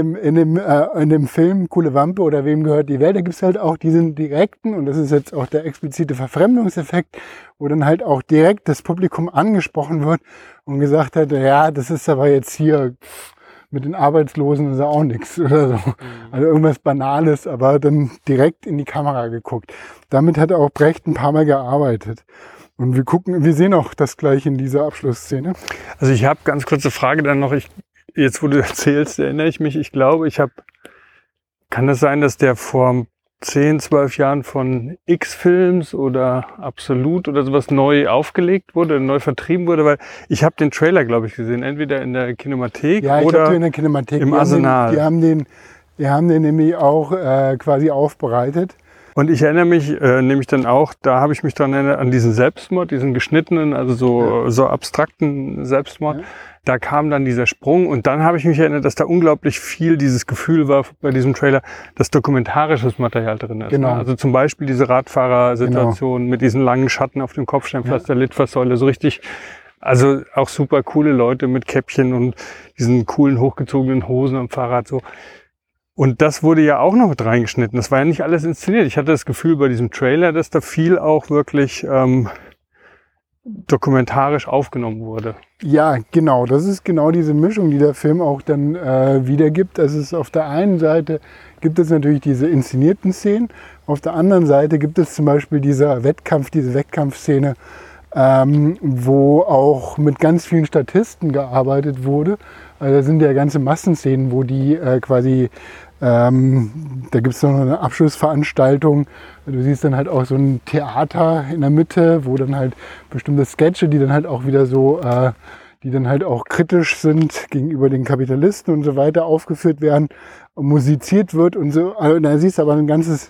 dem Film Coole Wampe oder Wem gehört die Welt, da gibt's halt auch diesen direkten, und das ist jetzt auch der explizite Verfremdungseffekt, wo dann halt auch direkt das Publikum angesprochen wird und gesagt hat, ja, das ist aber jetzt hier mit den Arbeitslosen ist ja auch nichts oder so. Also irgendwas Banales, aber dann direkt in die Kamera geguckt. Damit hat auch Brecht ein paar Mal gearbeitet. Und wir sehen auch das gleich in dieser Abschlussszene. Also ich habe ganz kurze Frage dann noch. Jetzt, wo du erzählst, erinnere ich mich. Ich glaube, kann das sein, dass der vor 10, 12 Jahren von X-Films oder Absolut oder sowas neu aufgelegt wurde, neu vertrieben wurde? Weil ich habe den Trailer, glaube ich, gesehen. Entweder in der Kinemathek oder in der Kinemathek. Im Arsenal. Die haben den nämlich auch quasi aufbereitet. Und ich erinnere mich nämlich dann auch, da habe ich mich dran erinnert, an diesen Selbstmord, diesen geschnittenen, also so abstrakten Selbstmord. Ja. Da kam dann dieser Sprung, und dann habe ich mich erinnert, dass da unglaublich viel dieses Gefühl war bei diesem Trailer, dass dokumentarisches Material drin ist. Genau. Also zum Beispiel diese Radfahrersituation mit diesen langen Schatten auf dem Kopfsteinpflaster, Litfaßsäule, so richtig, also auch super coole Leute mit Käppchen und diesen coolen hochgezogenen Hosen am Fahrrad so. Und das wurde ja auch noch mit reingeschnitten. Das war ja nicht alles inszeniert. Ich hatte das Gefühl bei diesem Trailer, dass da viel auch wirklich dokumentarisch aufgenommen wurde. Ja, genau. Das ist genau diese Mischung, die der Film auch dann wiedergibt. Also es ist auf der einen Seite gibt es natürlich diese inszenierten Szenen. Auf der anderen Seite gibt es zum Beispiel diese Wettkampfszene, wo auch mit ganz vielen Statisten gearbeitet wurde. Also da sind ja ganze Massenszenen, wo die quasi, da gibt es noch eine Abschlussveranstaltung. Du siehst dann halt auch so ein Theater in der Mitte, wo dann halt bestimmte Sketche, die dann halt auch wieder so, die dann halt auch kritisch sind gegenüber den Kapitalisten und so weiter aufgeführt werden, musiziert wird und so. Also, da siehst du aber ganz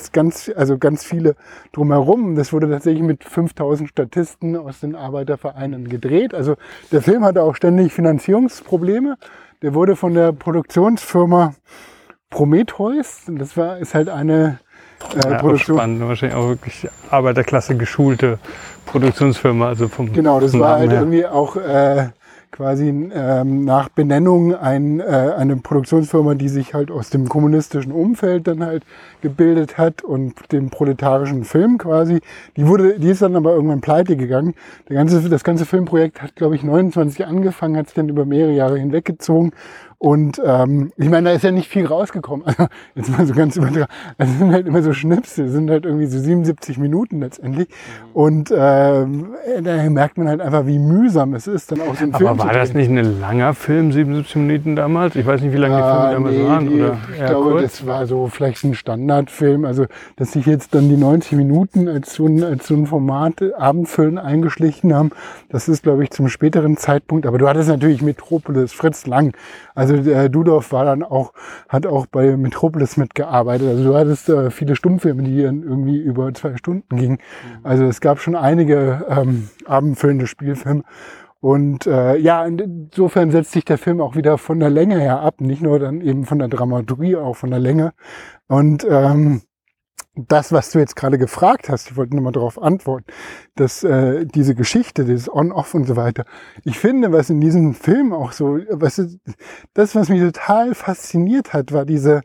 viele drumherum. Das wurde tatsächlich mit 5000 Statisten aus den Arbeitervereinen gedreht. Also der Film hatte auch ständig Finanzierungsprobleme. Der wurde von der Produktionsfirma Prometheus, das ist halt eine Produktion. Spannend, wahrscheinlich auch wirklich Arbeiterklasse geschulte Produktionsfirma. Also genau, das war halt irgendwie auch quasi nach Benennung eine Produktionsfirma, die sich halt aus dem kommunistischen Umfeld dann halt gebildet hat und dem proletarischen Film quasi. Die ist dann aber irgendwann pleite gegangen. Das ganze Filmprojekt hat, glaube ich, 29 angefangen, hat sich dann über mehrere Jahre hinweggezogen Und ich meine, da ist ja nicht viel rausgekommen. Also jetzt mal so ganz übertragen. Also es sind halt immer so Schnipsel, sind halt irgendwie so 77 Minuten letztendlich. Und da merkt man halt einfach, wie mühsam es ist, dann auch so einen Film Aber war zu drehen. das nicht ein langer Film, 77 Minuten damals? Ich weiß nicht, wie lange die Filme damals waren. Oder ich glaube, das war so vielleicht ein Standardfilm. Also, dass sich jetzt dann die 90 Minuten als so ein Format Abendfilm eingeschlichen haben, das ist, glaube ich, zum späteren Zeitpunkt. Aber du hattest natürlich Metropolis, Fritz Lang. Also Dudorf hat auch bei Metropolis mitgearbeitet. Also du hattest viele Stummfilme, die dann irgendwie über 2 Stunden gingen. Also es gab schon einige abendfüllende Spielfilme. Und insofern setzt sich der Film auch wieder von der Länge her ab, nicht nur dann eben von der Dramaturgie, auch von der Länge. Und das, was du jetzt gerade gefragt hast, ich wollte nochmal darauf antworten, dass diese Geschichte, dieses On-Off und so weiter, ich finde, was in diesem Film auch so, das, was mich total fasziniert hat, war diese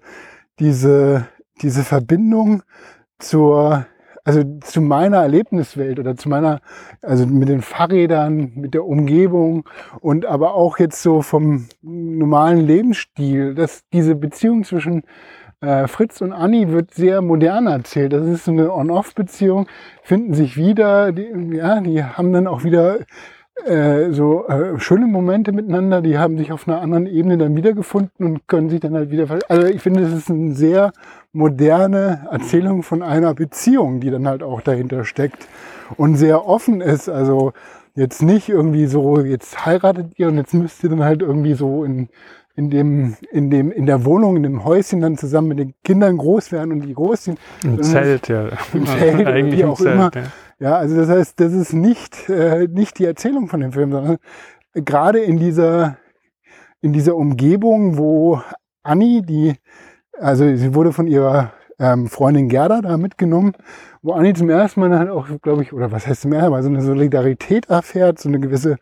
Verbindung zu meiner Erlebniswelt oder also mit den Fahrrädern, mit der Umgebung und aber auch jetzt so vom normalen Lebensstil, dass diese Beziehung zwischen Fritz und Anni wird sehr modern erzählt. Das ist so eine On-Off-Beziehung, finden sich wieder, die haben dann auch wieder schöne Momente miteinander, die haben sich auf einer anderen Ebene dann wiedergefunden und können sich dann halt wieder, also ich finde, es ist eine sehr moderne Erzählung von einer Beziehung, die dann halt auch dahinter steckt und sehr offen ist, also jetzt nicht irgendwie so, jetzt heiratet ihr und jetzt müsst ihr dann halt irgendwie so in der Wohnung, in dem Häuschen dann zusammen mit den Kindern groß werden und die groß sind. Im Zelt, ja. Im Zelt, eigentlich wie im auch Zelt, immer. ja. Ja, also das heißt, das ist nicht die Erzählung von dem Film, sondern gerade in dieser Umgebung, wo Anni, sie wurde von ihrer Freundin Gerda da mitgenommen, wo Anni zum ersten Mal halt auch, glaube ich, oder was heißt zum ersten Mal, so eine Solidarität erfährt, so eine gewisse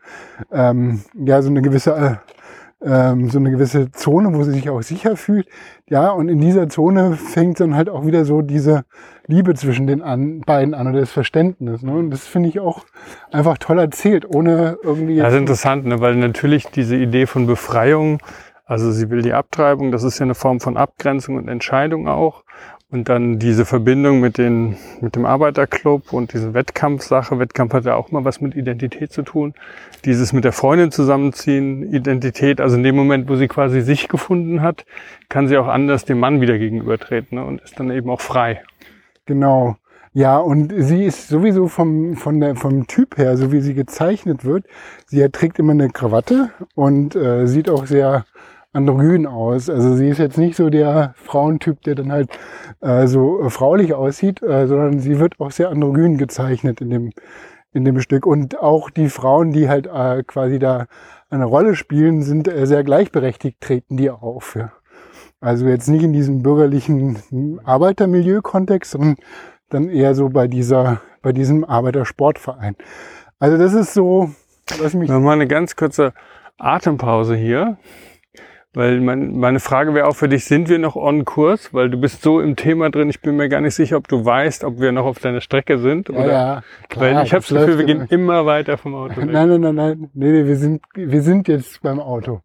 Zone, wo sie sich auch sicher fühlt. Ja, und in dieser Zone fängt dann halt auch wieder so diese Liebe zwischen den beiden an oder das Verständnis. Ne? Und das finde ich auch einfach toll erzählt, ohne irgendwie... Das ist interessant, ne? Weil natürlich diese Idee von Befreiung, also sie will die Abtreibung, das ist ja eine Form von Abgrenzung und Entscheidung auch. Und dann diese Verbindung mit dem Arbeiterclub und diese Wettkampfsache. Wettkampf hat ja auch mal was mit Identität zu tun. Dieses mit der Freundin zusammenziehen, Identität. Also in dem Moment, wo sie quasi sich gefunden hat, kann sie auch anders dem Mann wieder gegenübertreten, ne? Und ist dann eben auch frei. Genau. Ja, und sie ist sowieso vom Typ her, so wie sie gezeichnet wird, sie trägt immer eine Krawatte und sieht auch sehr androgyn aus. Also sie ist jetzt nicht so der Frauentyp, der dann halt so fraulich aussieht, sondern sie wird auch sehr androgyn gezeichnet in dem Stück. Und auch die Frauen, die halt quasi da eine Rolle spielen, sind sehr gleichberechtigt, treten die auf. Ja. Also jetzt nicht in diesem bürgerlichen Arbeitermilieu-Kontext, sondern dann eher so bei diesem Arbeitersportverein. Also das ist so, was mich... Nochmal eine ganz kurze Atempause hier. Weil meine Frage wäre auch für dich, sind wir noch on Kurs? Weil du bist so im Thema drin, ich bin mir gar nicht sicher, ob du weißt, ob wir noch auf deiner Strecke sind. Oder? Ja, klar. Weil ich habe das Gefühl, wir gehen immer weiter vom Auto weg. Nein. Nee, wir sind jetzt beim Auto.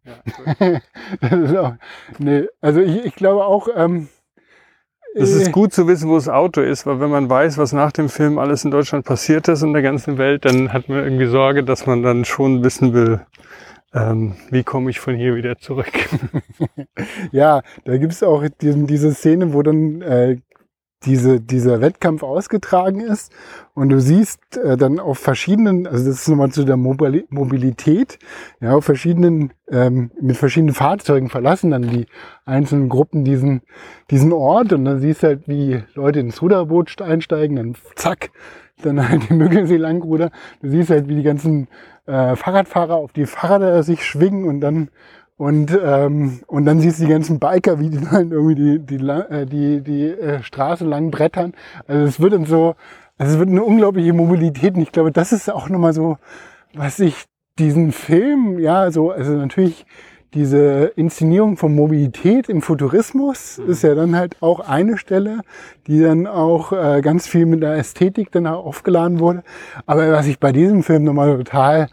Ja, also ich glaube auch... es ist gut zu wissen, wo das Auto ist, weil wenn man weiß, was nach dem Film alles in Deutschland passiert ist und in der ganzen Welt, dann hat man irgendwie Sorge, dass man dann schon wissen will, wie komme ich von hier wieder zurück? Ja, da gibt's auch diese Szene, wo dann dieser Wettkampf ausgetragen ist und du siehst dann auf verschiedenen, also das ist nochmal zu der Mobilität, ja, auf verschiedenen, mit verschiedenen Fahrzeugen verlassen dann die einzelnen Gruppen diesen Ort und dann siehst du halt, wie Leute ins Ruderboot einsteigen, dann zack, dann halt die Müggelsee langrudern. Du siehst halt, wie die ganzen Fahrradfahrer auf die Fahrräder sich schwingen und dann siehst du die ganzen Biker, wie die dann irgendwie die Straße lang brettern. Also es wird eine unglaubliche Mobilität und ich glaube, das ist auch nochmal so, was ich diesen Film, also natürlich diese Inszenierung von Mobilität im Futurismus ist ja dann halt auch eine Stelle, die dann auch ganz viel mit der Ästhetik dann auch aufgeladen wurde. Aber was ich bei diesem Film nochmal total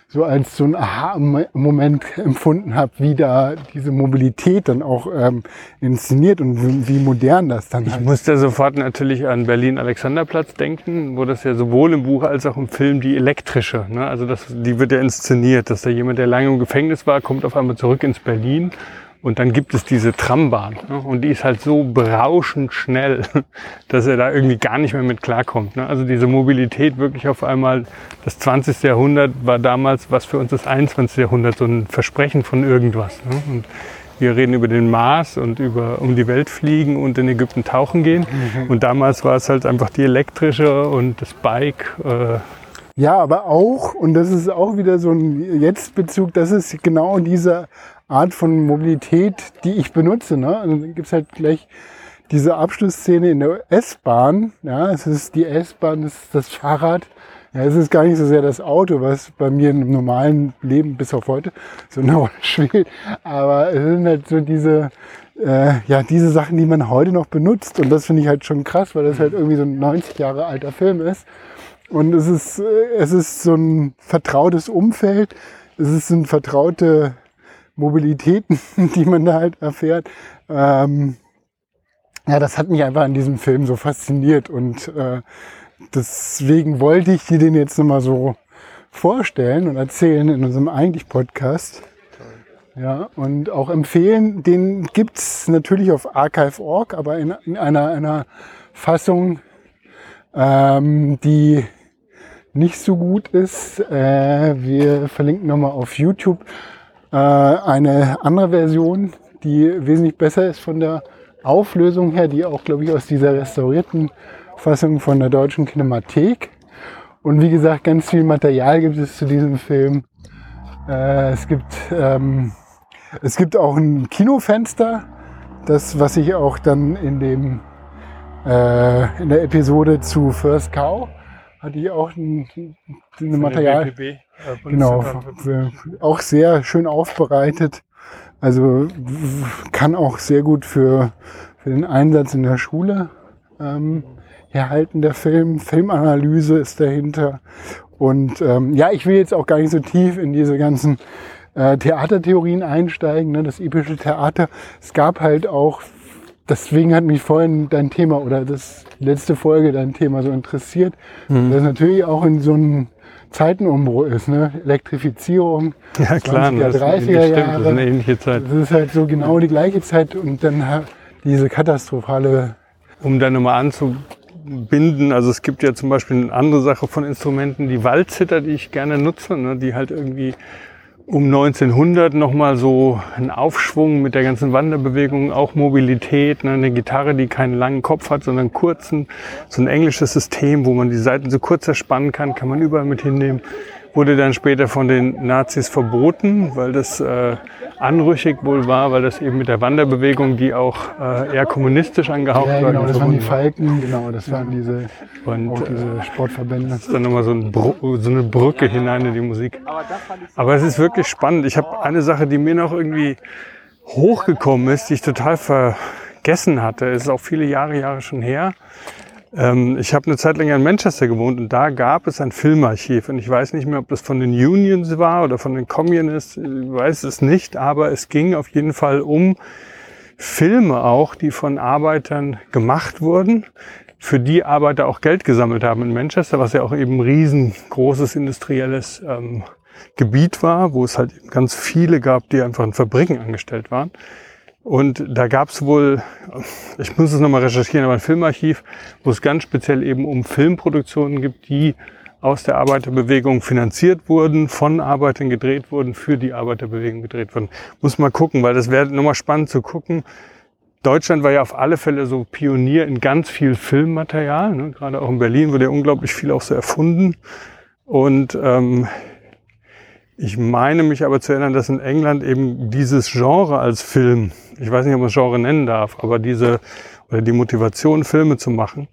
so als so ein Aha-Moment empfunden habe, wie da diese Mobilität dann auch inszeniert und wie modern das dann Ich halt. musste sofort natürlich an Berlin-Alexanderplatz denken, wo das ja sowohl im Buch als auch im Film die elektrische, ne? Also die wird ja inszeniert, dass da jemand, der lange im Gefängnis war, kommt auf einmal zurück ins Berlin. Und dann gibt es diese Trambahn, ne? Und die ist halt so berauschend schnell, dass er da irgendwie gar nicht mehr mit klarkommt, ne? Also diese Mobilität wirklich auf einmal, das 20. Jahrhundert war damals, was für uns das 21. Jahrhundert, so ein Versprechen von irgendwas, ne? Und wir reden über den Mars und über um die Welt fliegen und in Ägypten tauchen gehen. Und damals war es halt einfach die elektrische und das Bike. Ja, aber auch, und das ist auch wieder so ein Jetzt-Bezug, das ist genau diese Art von Mobilität, die ich benutze. Ne? Und dann gibt's halt gleich diese Abschlussszene in der S-Bahn. Ja, es ist die S-Bahn, es ist das Fahrrad. Ja, es ist gar nicht so sehr das Auto, was bei mir im normalen Leben bis auf heute so eine Rolle spielt. Aber es sind halt so diese Sachen, die man heute noch benutzt. Und das finde ich halt schon krass, weil das halt irgendwie so ein 90 Jahre alter Film ist. Und es ist so ein vertrautes Umfeld. Es sind vertraute Mobilitäten, die man da halt erfährt. Das hat mich einfach an diesem Film so fasziniert und deswegen wollte ich dir den jetzt nochmal so vorstellen und erzählen in unserem eigentlich Podcast. Ja, und auch empfehlen, den gibt's natürlich auf archive.org, aber in einer Fassung, die nicht so gut ist. Wir verlinken nochmal auf YouTube eine andere Version, die wesentlich besser ist von der Auflösung her, die auch, glaube ich, aus dieser restaurierten Fassung von der Deutschen Kinemathek. Und wie gesagt, ganz viel Material gibt es zu diesem Film. Es gibt auch ein Kinofenster, das, was ich auch dann in der Episode zu First Cow hatte ich auch ein Material. Genau, auch sehr schön aufbereitet. Also kann auch sehr gut für den Einsatz in der Schule herhalten, der Film. Filmanalyse ist dahinter. Und ich will jetzt auch gar nicht so tief in diese ganzen Theatertheorien einsteigen, ne? Das epische Theater. Es gab halt auch, deswegen hat mich vorhin dein Thema oder das letzte Folge dein Thema so interessiert, dass natürlich auch in so einem Zeitenumbruch ist, ne? Elektrifizierung, Ja klar, 20er, 30er das Jahre. ist eine ähnliche Zeit. Das ist halt so genau die gleiche Zeit und dann diese katastrophale... Um da nochmal anzubinden, also es gibt ja zum Beispiel eine andere Sache von Instrumenten, die Waldzither, die ich gerne nutze, ne? Die halt irgendwie um 1900 nochmal so einen Aufschwung mit der ganzen Wanderbewegung, auch Mobilität, ne? Eine Gitarre, die keinen langen Kopf hat, sondern kurzen, so ein englisches System, wo man die Saiten so kurz erspannen kann man überall mit hinnehmen. Wurde dann später von den Nazis verboten, weil das anrüchig wohl war, weil das eben mit der Wanderbewegung, die auch eher kommunistisch angehaucht war. Ja, genau, das waren die Falken, genau, das waren diese Sportverbände. Das ist dann nochmal so eine Brücke hinein in die Musik. Aber es ist wirklich spannend. Ich habe eine Sache, die mir noch irgendwie hochgekommen ist, die ich total vergessen hatte. Es ist auch viele Jahre schon her. Ich habe eine Zeit lang in Manchester gewohnt und da gab es ein Filmarchiv. Und ich weiß nicht mehr, ob das von den Unions war oder von den Communists, ich weiß es nicht. Aber es ging auf jeden Fall um Filme auch, die von Arbeitern gemacht wurden, für die Arbeiter auch Geld gesammelt haben in Manchester, was ja auch eben ein riesengroßes industrielles Gebiet war, wo es halt ganz viele gab, die einfach in Fabriken angestellt waren. Und da gab es wohl, ich muss es nochmal recherchieren, aber ein Filmarchiv, wo es ganz speziell eben um Filmproduktionen gibt, die aus der Arbeiterbewegung finanziert wurden, von Arbeitern gedreht wurden, für die Arbeiterbewegung gedreht wurden. Muss mal gucken, weil das wäre nochmal spannend zu gucken. Deutschland war ja auf alle Fälle so Pionier in ganz viel Filmmaterial, ne? Gerade auch in Berlin wurde ja unglaublich viel auch so erfunden. Und ich meine mich aber zu erinnern, dass in England eben dieses Genre als Film, ich weiß nicht, ob man es Genre nennen darf, aber die Motivation, Filme zu machen,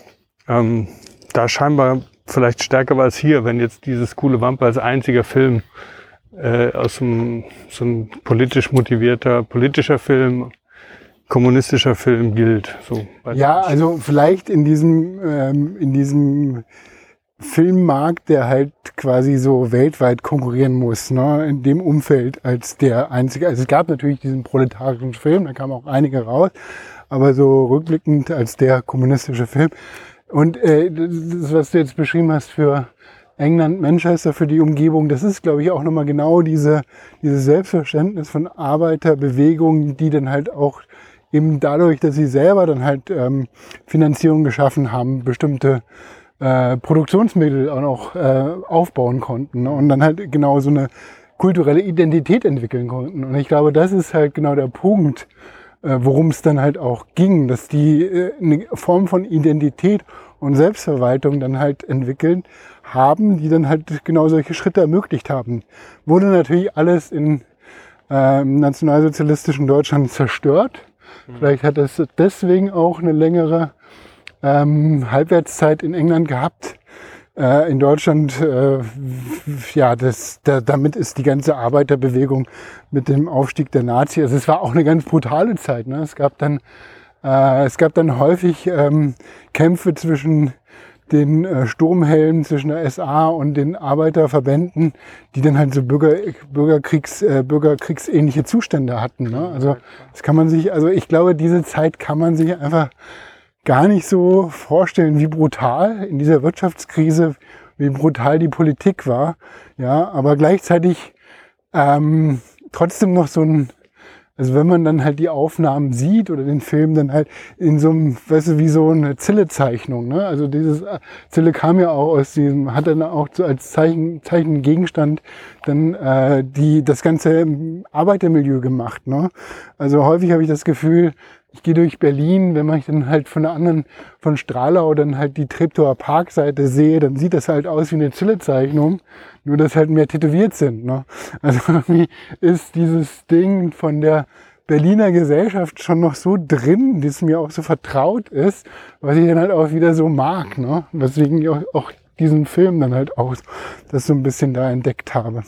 da scheinbar vielleicht stärker war als hier, wenn jetzt dieses Coole Wampe als einziger Film aus so ein politisch motivierter, politischer Film, kommunistischer Film gilt. So, ja, also vielleicht in diesem Filmmarkt, der halt quasi so weltweit konkurrieren muss, ne, in dem Umfeld als der einzige. Also es gab natürlich diesen proletarischen Film, da kamen auch einige raus, aber so rückblickend als der kommunistische Film. Und das, was du jetzt beschrieben hast für England, Manchester, für die Umgebung, das ist, glaube ich, auch nochmal genau dieses Selbstverständnis von Arbeiterbewegungen, die dann halt auch eben dadurch, dass sie selber dann halt Finanzierung geschaffen haben, bestimmte Produktionsmittel auch noch aufbauen konnten, ne? Und dann halt genau so eine kulturelle Identität entwickeln konnten. Und ich glaube, das ist halt genau der Punkt, worum es dann halt auch ging, dass die eine Form von Identität und Selbstverwaltung dann halt entwickeln haben, die dann halt genau solche Schritte ermöglicht haben. Wurde natürlich alles in nationalsozialistischen Deutschland zerstört. Vielleicht hat es deswegen auch eine längere Halbwertszeit in England gehabt. In Deutschland, damit ist die ganze Arbeiterbewegung mit dem Aufstieg der Nazis, also es war auch eine ganz brutale Zeit, ne? Es gab dann häufig Kämpfe zwischen den Sturmhelmen, zwischen der SA und den Arbeiterverbänden, die dann halt so bürgerkriegsähnliche Zustände hatten, ne? Also das kann man sich, also ich glaube, diese Zeit kann man sich einfach gar nicht so vorstellen, wie brutal in dieser Wirtschaftskrise, wie brutal die Politik war, ja, aber gleichzeitig trotzdem noch so ein, also wenn man dann halt die Aufnahmen sieht oder den Film, dann halt in so einem, weißt du, wie so eine Zille-Zeichnung, ne? Also dieses Zille kam ja auch aus diesem, hat dann auch so als Zeichengegenstand dann das ganze Arbeitermilieu gemacht, ne? Also häufig habe ich das Gefühl, ich gehe durch Berlin, wenn man dann halt von Stralau dann halt die Treptower Parkseite sehe, dann sieht das halt aus wie eine Zille-Zeichnung, nur dass halt mehr tätowiert sind, ne? Also irgendwie ist dieses Ding von der Berliner Gesellschaft schon noch so drin, das mir auch so vertraut ist, was ich dann halt auch wieder so mag, ne? Weswegen ich auch diesen Film dann halt auch das so ein bisschen da entdeckt habe.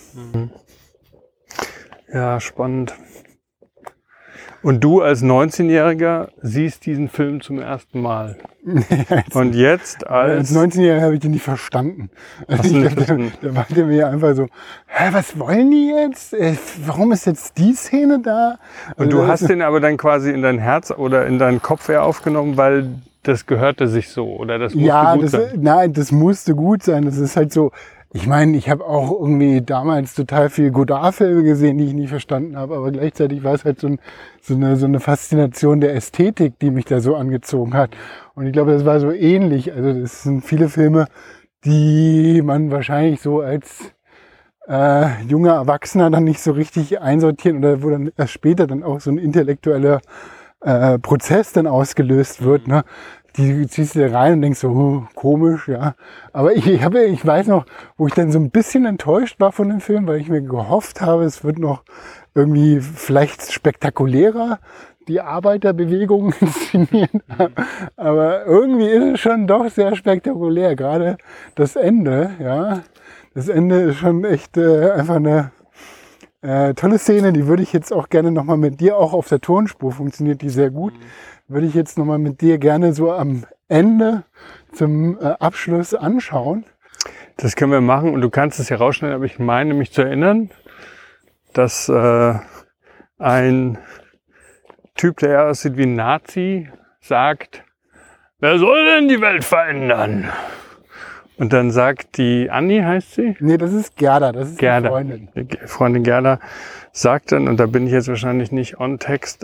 Ja, spannend. Und du als 19-Jähriger siehst diesen Film zum ersten Mal. Und jetzt als 19-Jähriger habe ich den nicht verstanden. Also da war der mir einfach so, was wollen die jetzt? Warum ist jetzt die Szene da? Und du hast den aber dann quasi in dein Herz oder in deinen Kopf eher aufgenommen, weil das gehörte sich so, oder das musste gut sein? Nein, das musste gut sein. Das ist halt so. Ich meine, ich habe auch irgendwie damals total viel Godard-Filme gesehen, die ich nie verstanden habe, aber gleichzeitig war es halt so eine Faszination der Ästhetik, die mich da so angezogen hat. Und ich glaube, das war so ähnlich. Also das sind viele Filme, die man wahrscheinlich so als junger Erwachsener dann nicht so richtig einsortieren oder wo dann erst später dann auch so ein intellektueller Prozess dann ausgelöst wird, ne? Die ziehst du da rein und denkst so, komisch, ja. Aber ich weiß noch, wo ich dann so ein bisschen enttäuscht war von dem Film, weil ich mir gehofft habe, es wird noch irgendwie vielleicht spektakulärer die Arbeiterbewegung inszenieren. Aber irgendwie ist es schon doch sehr spektakulär. Gerade das Ende, ja. Das Ende ist schon echt einfach eine tolle Szene. Die würde ich jetzt auch gerne nochmal mit dir, auch auf der Tonspur funktioniert die sehr gut. Würde ich jetzt nochmal mit dir gerne so am Ende zum Abschluss anschauen. Das können wir machen und du kannst es ja rausschneiden, aber ich meine mich zu erinnern, dass ein Typ, der eher aussieht wie ein Nazi, sagt, wer soll denn die Welt verändern? Und dann sagt die Anni, heißt sie? Nee, das ist Gerda, das ist Gerda. Die Freundin. Die Freundin Gerda sagt dann, und da bin ich jetzt wahrscheinlich nicht on Text,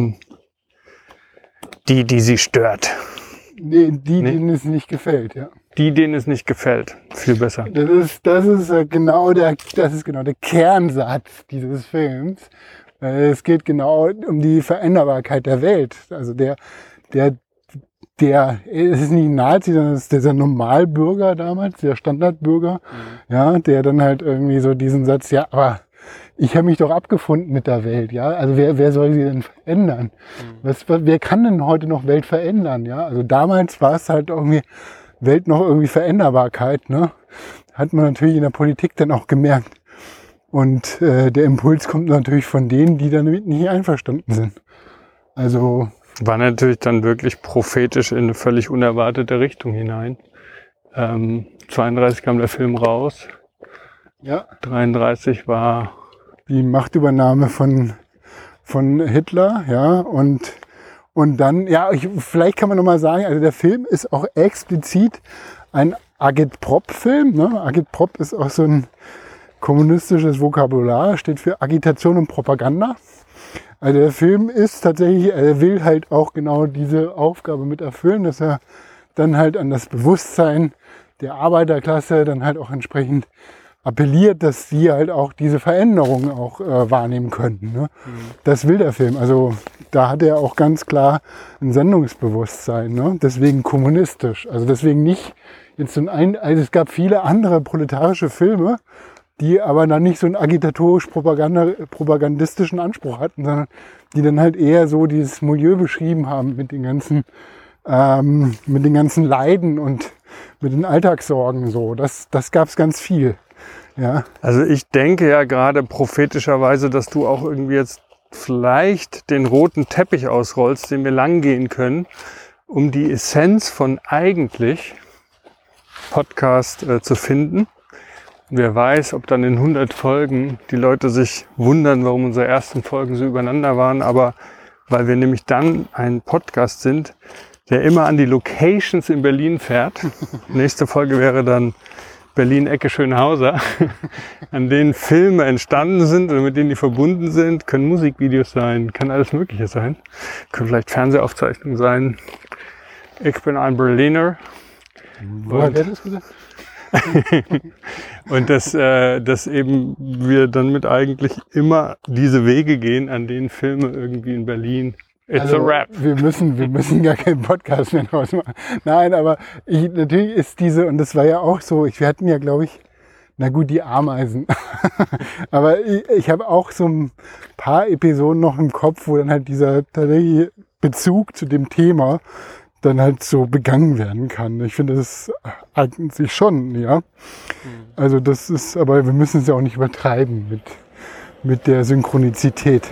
die sie stört. Nee, denen es nicht gefällt, ja. Denen es nicht gefällt. Viel besser. Das ist genau der Kernsatz dieses Films. Es geht genau um die Veränderbarkeit der Welt. Also der es ist nicht ein Nazi, sondern es ist dieser Normalbürger damals, der Standardbürger, ja, der dann halt irgendwie so diesen Satz, ja, aber ich habe mich doch abgefunden mit der Welt, ja. Also wer soll sie denn verändern? Wer kann denn heute noch Welt verändern, ja? Also damals war es halt irgendwie Welt noch irgendwie Veränderbarkeit, ne? Hat man natürlich in der Politik dann auch gemerkt. Und der Impuls kommt natürlich von denen, die damit nicht einverstanden sind. Also war natürlich dann wirklich prophetisch in eine völlig unerwartete Richtung hinein. 32 kam der Film raus. Ja. 33 war Die Machtübernahme von Hitler, ja, und dann, ja, vielleicht kann man nochmal sagen, also der Film ist auch explizit ein Agitprop-Film, ne? Agitprop ist auch so ein kommunistisches Vokabular, steht für Agitation und Propaganda. Also der Film ist tatsächlich, er will halt auch genau diese Aufgabe mit erfüllen, dass er dann halt an das Bewusstsein der Arbeiterklasse dann halt auch entsprechend appelliert, dass sie halt auch diese Veränderungen auch wahrnehmen könnten. Ne? Das will der Film. Also da hat er auch ganz klar ein Sendungsbewusstsein. Ne? Deswegen kommunistisch. Also deswegen nicht jetzt also es gab viele andere proletarische Filme, die aber dann nicht so einen agitatorisch-propagandistischen Anspruch hatten, sondern die dann halt eher so dieses Milieu beschrieben haben mit den ganzen Leiden und mit den Alltagssorgen. So. Das gab es ganz viel. Ja. Also ich denke ja gerade prophetischerweise, dass du auch irgendwie jetzt vielleicht den roten Teppich ausrollst, den wir lang gehen können, um die Essenz von eigentlich Podcast zu finden. Und wer weiß, ob dann in 100 Folgen die Leute sich wundern, warum unsere ersten Folgen so übereinander waren, aber weil wir nämlich dann ein Podcast sind, der immer an die Locations in Berlin fährt. Nächste Folge wäre dann Berlin-Ecke Schönhauser, an denen Filme entstanden sind oder mit denen die verbunden sind. Können Musikvideos sein, kann alles Mögliche sein. Können vielleicht Fernsehaufzeichnungen sein. Ich bin ein Berliner. Woher hat er das gesagt? Und dass eben wir dann mit eigentlich immer diese Wege gehen, an denen Filme irgendwie in Berlin. It's a rap. Wir müssen gar keinen Podcast mehr draus machen. Nein, aber natürlich ist diese, und das war ja auch so, wir hatten ja, glaube ich, na gut, die Ameisen. Aber ich habe auch so ein paar Episoden noch im Kopf, wo dann halt dieser tatsächlich Bezug zu dem Thema dann halt so begangen werden kann. Ich finde, das eignet sich schon, ja. Also das ist, aber wir müssen es ja auch nicht übertreiben mit der Synchronizität.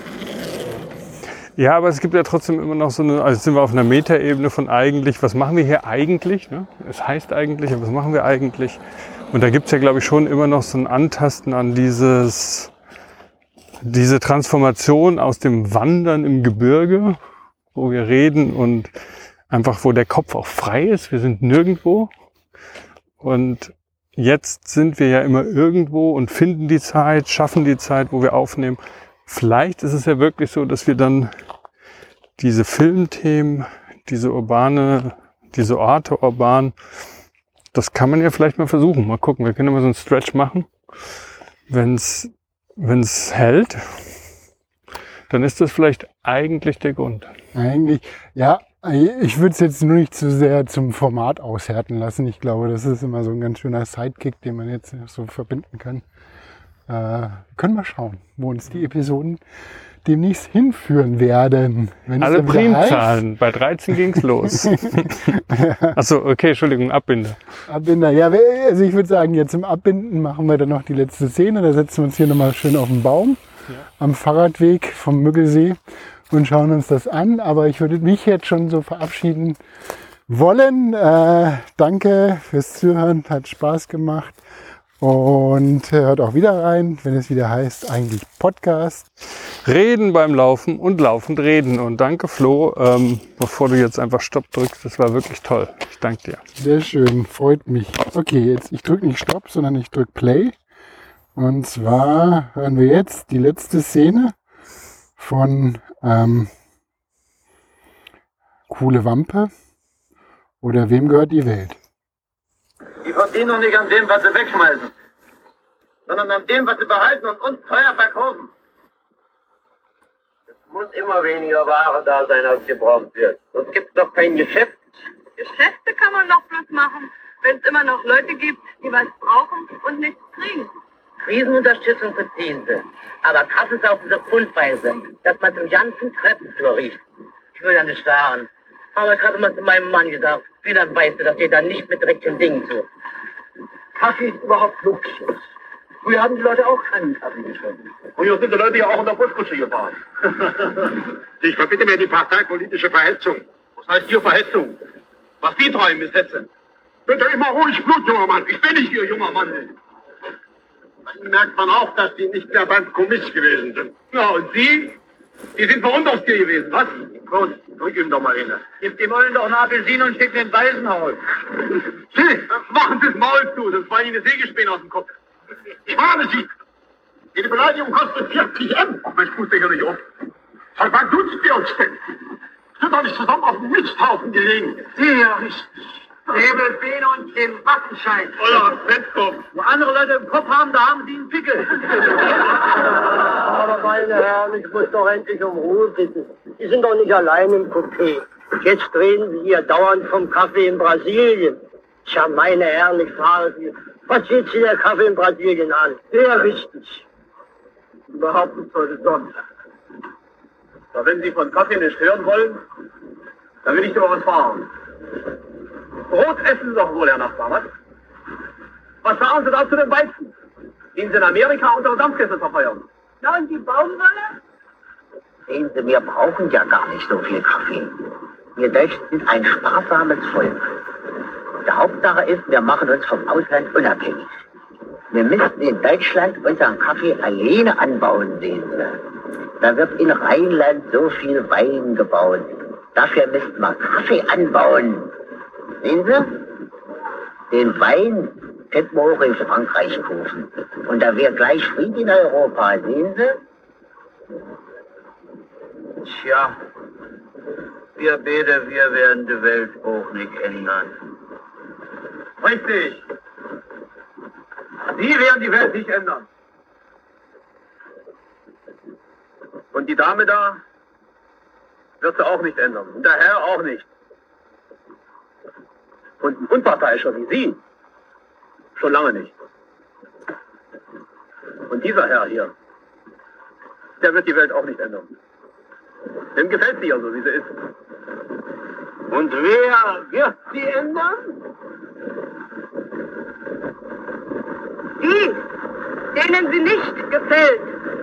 Ja, aber es gibt ja trotzdem immer noch so eine, also sind wir auf einer Metaebene von eigentlich, was machen wir hier eigentlich? Ne? Es heißt eigentlich, aber was machen wir eigentlich? Und da gibt's ja, glaube ich, schon immer noch so ein Antasten an diese Transformation aus dem Wandern im Gebirge, wo wir reden und einfach, wo der Kopf auch frei ist. Wir sind nirgendwo. Und jetzt sind wir ja immer irgendwo und finden die Zeit, schaffen die Zeit, wo wir aufnehmen. Vielleicht ist es ja wirklich so, dass wir dann diese Filmthemen, diese Orte urban, das kann man ja vielleicht mal versuchen. Mal gucken, wir können ja mal so einen Stretch machen. Wenn's hält, dann ist das vielleicht eigentlich der Grund. Eigentlich, ja, ich würde es jetzt nur nicht zu sehr zum Format aushärten lassen. Ich glaube, das ist immer so ein ganz schöner Sidekick, den man jetzt so verbinden kann. Können wir schauen, wo uns die Episoden demnächst hinführen werden. Alle Primzahlen. Bei 13 ging's los. Achso, okay, Entschuldigung, Abbinder. Abbinder, ja, also ich würde sagen, jetzt im Abbinden machen wir dann noch die letzte Szene. Da setzen wir uns hier nochmal schön auf den Baum am Fahrradweg vom Müggelsee und schauen uns das an. Aber ich würde mich jetzt schon so verabschieden wollen. Danke fürs Zuhören, hat Spaß gemacht. Und hört auch wieder rein, wenn es wieder heißt, eigentlich Podcast. Reden beim Laufen und laufend reden. Und danke, Flo, bevor du jetzt einfach Stopp drückst. Das war wirklich toll. Ich danke dir. Sehr schön, freut mich. Okay, jetzt ich drücke nicht Stopp, sondern ich drücke Play. Und zwar hören wir jetzt die letzte Szene von Coole Wampe oder Wem gehört die Welt? Die verdienen doch nicht an dem, was sie wegschmeißen, sondern an dem, was sie behalten und uns teuer verkaufen. Es muss immer weniger Ware da sein, als gebraucht wird. Sonst gibt es doch kein Geschäft. Geschäfte kann man doch bloß machen, wenn es immer noch Leute gibt, die was brauchen und nichts kriegen. Krisenunterstützung beziehen sie. Aber krass ist auch diese Fundweise, dass man zum ganzen Treppenflur riecht. Ich will ja nicht sagen. Aber ich habe mal zu meinem Mann gesagt, wie dann weißt du, das geht dann nicht mit richtigen Dingen zu. Kaffee ist überhaupt Luxus. Früher haben die Leute auch keinen Kaffee getrunken. Früher sind die Leute ja auch in der Buskutsche gefahren. Ich verbitte mir die parteipolitische Verhetzung. Was heißt hier Verhetzung? Was die träumen, ist Hetze. Bitte immer ruhig Blut, junger Mann. Ich bin nicht Ihr junger Mann. Dann merkt man auch, dass Sie nicht mehr beim Kommiss gewesen sind. Ja, und Sie? Sie sind bei uns aus hier gewesen, was? Gut, drück ihm doch mal hin. Gib dem Ollen doch eine Apfelsine und schick den Waisenhaus. Sie, machen Sie das Maul zu, sonst fallen Ihnen Sägespäne aus dem Kopf. Ich warne Sie. Jede Beleidigung kostet 40 M. Ach, mein Fuß sicher nicht auf. Seit wann duzen wir uns denn? Sind doch nicht zusammen auf dem Misthaufen gelegen. Ja, richtig. Nebelbeene und den Wattenschein. Oder Fettkopf. Wo andere Leute im Kopf haben, da haben sie einen Pickel. Aber meine Herren, ich muss doch endlich um Ruhe bitten. Sie sind doch nicht allein im Coupé. Jetzt reden Sie hier dauernd vom Kaffee in Brasilien. Tja, meine Herren, ich frage Sie, was geht Sie der Kaffee in Brasilien an? Ja, richtig. Überhaupt nicht heute Sonntag. Aber wenn Sie von Kaffee nicht hören wollen, dann will ich dir mal was fahren. Brot essen Sie doch wohl, Herr Nachbar, was? Was sagen Sie da zu dem Weizen? Den Sie in Amerika unter Dampfkessel verfeuern. Na, und die Baumwolle? Sehen Sie, wir brauchen ja gar nicht so viel Kaffee. Wir Deutschen sind ein sparsames Volk. Die Hauptsache ist, wir machen uns vom Ausland unabhängig. Wir müssten in Deutschland unseren Kaffee alleine anbauen, sehen Sie. Da wird in Rheinland so viel Wein gebaut. Dafür müssten wir Kaffee anbauen. Sehen Sie? Den Wein könnten wir auch in Frankreich kaufen. Und da wäre gleich Frieden in Europa, sehen Sie? Tja, wir beide, wir werden die Welt auch nicht ändern. Richtig. Sie werden die Welt nicht ändern. Und die Dame da wird sie auch nicht ändern. Und der Herr auch nicht. Und ein Unparteiischer wie Sie schon lange nicht. Und dieser Herr hier, der wird die Welt auch nicht ändern. Dem gefällt sie ja so, wie sie ist. Und wer wird sie ändern? Die, denen sie nicht gefällt.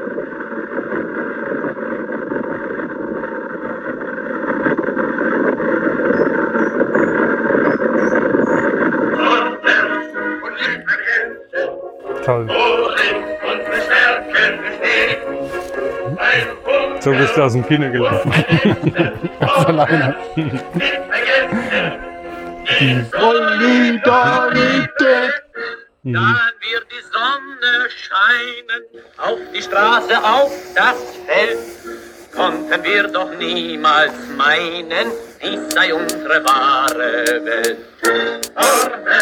Toll. So bist du aus dem Kino gelaufen. Ganz alleine. Die Solidarität. Dann wird die Sonne scheinen, auf die Straße, auf das Feld. Konnten wir doch niemals meinen, dies sei unsere wahre Welt.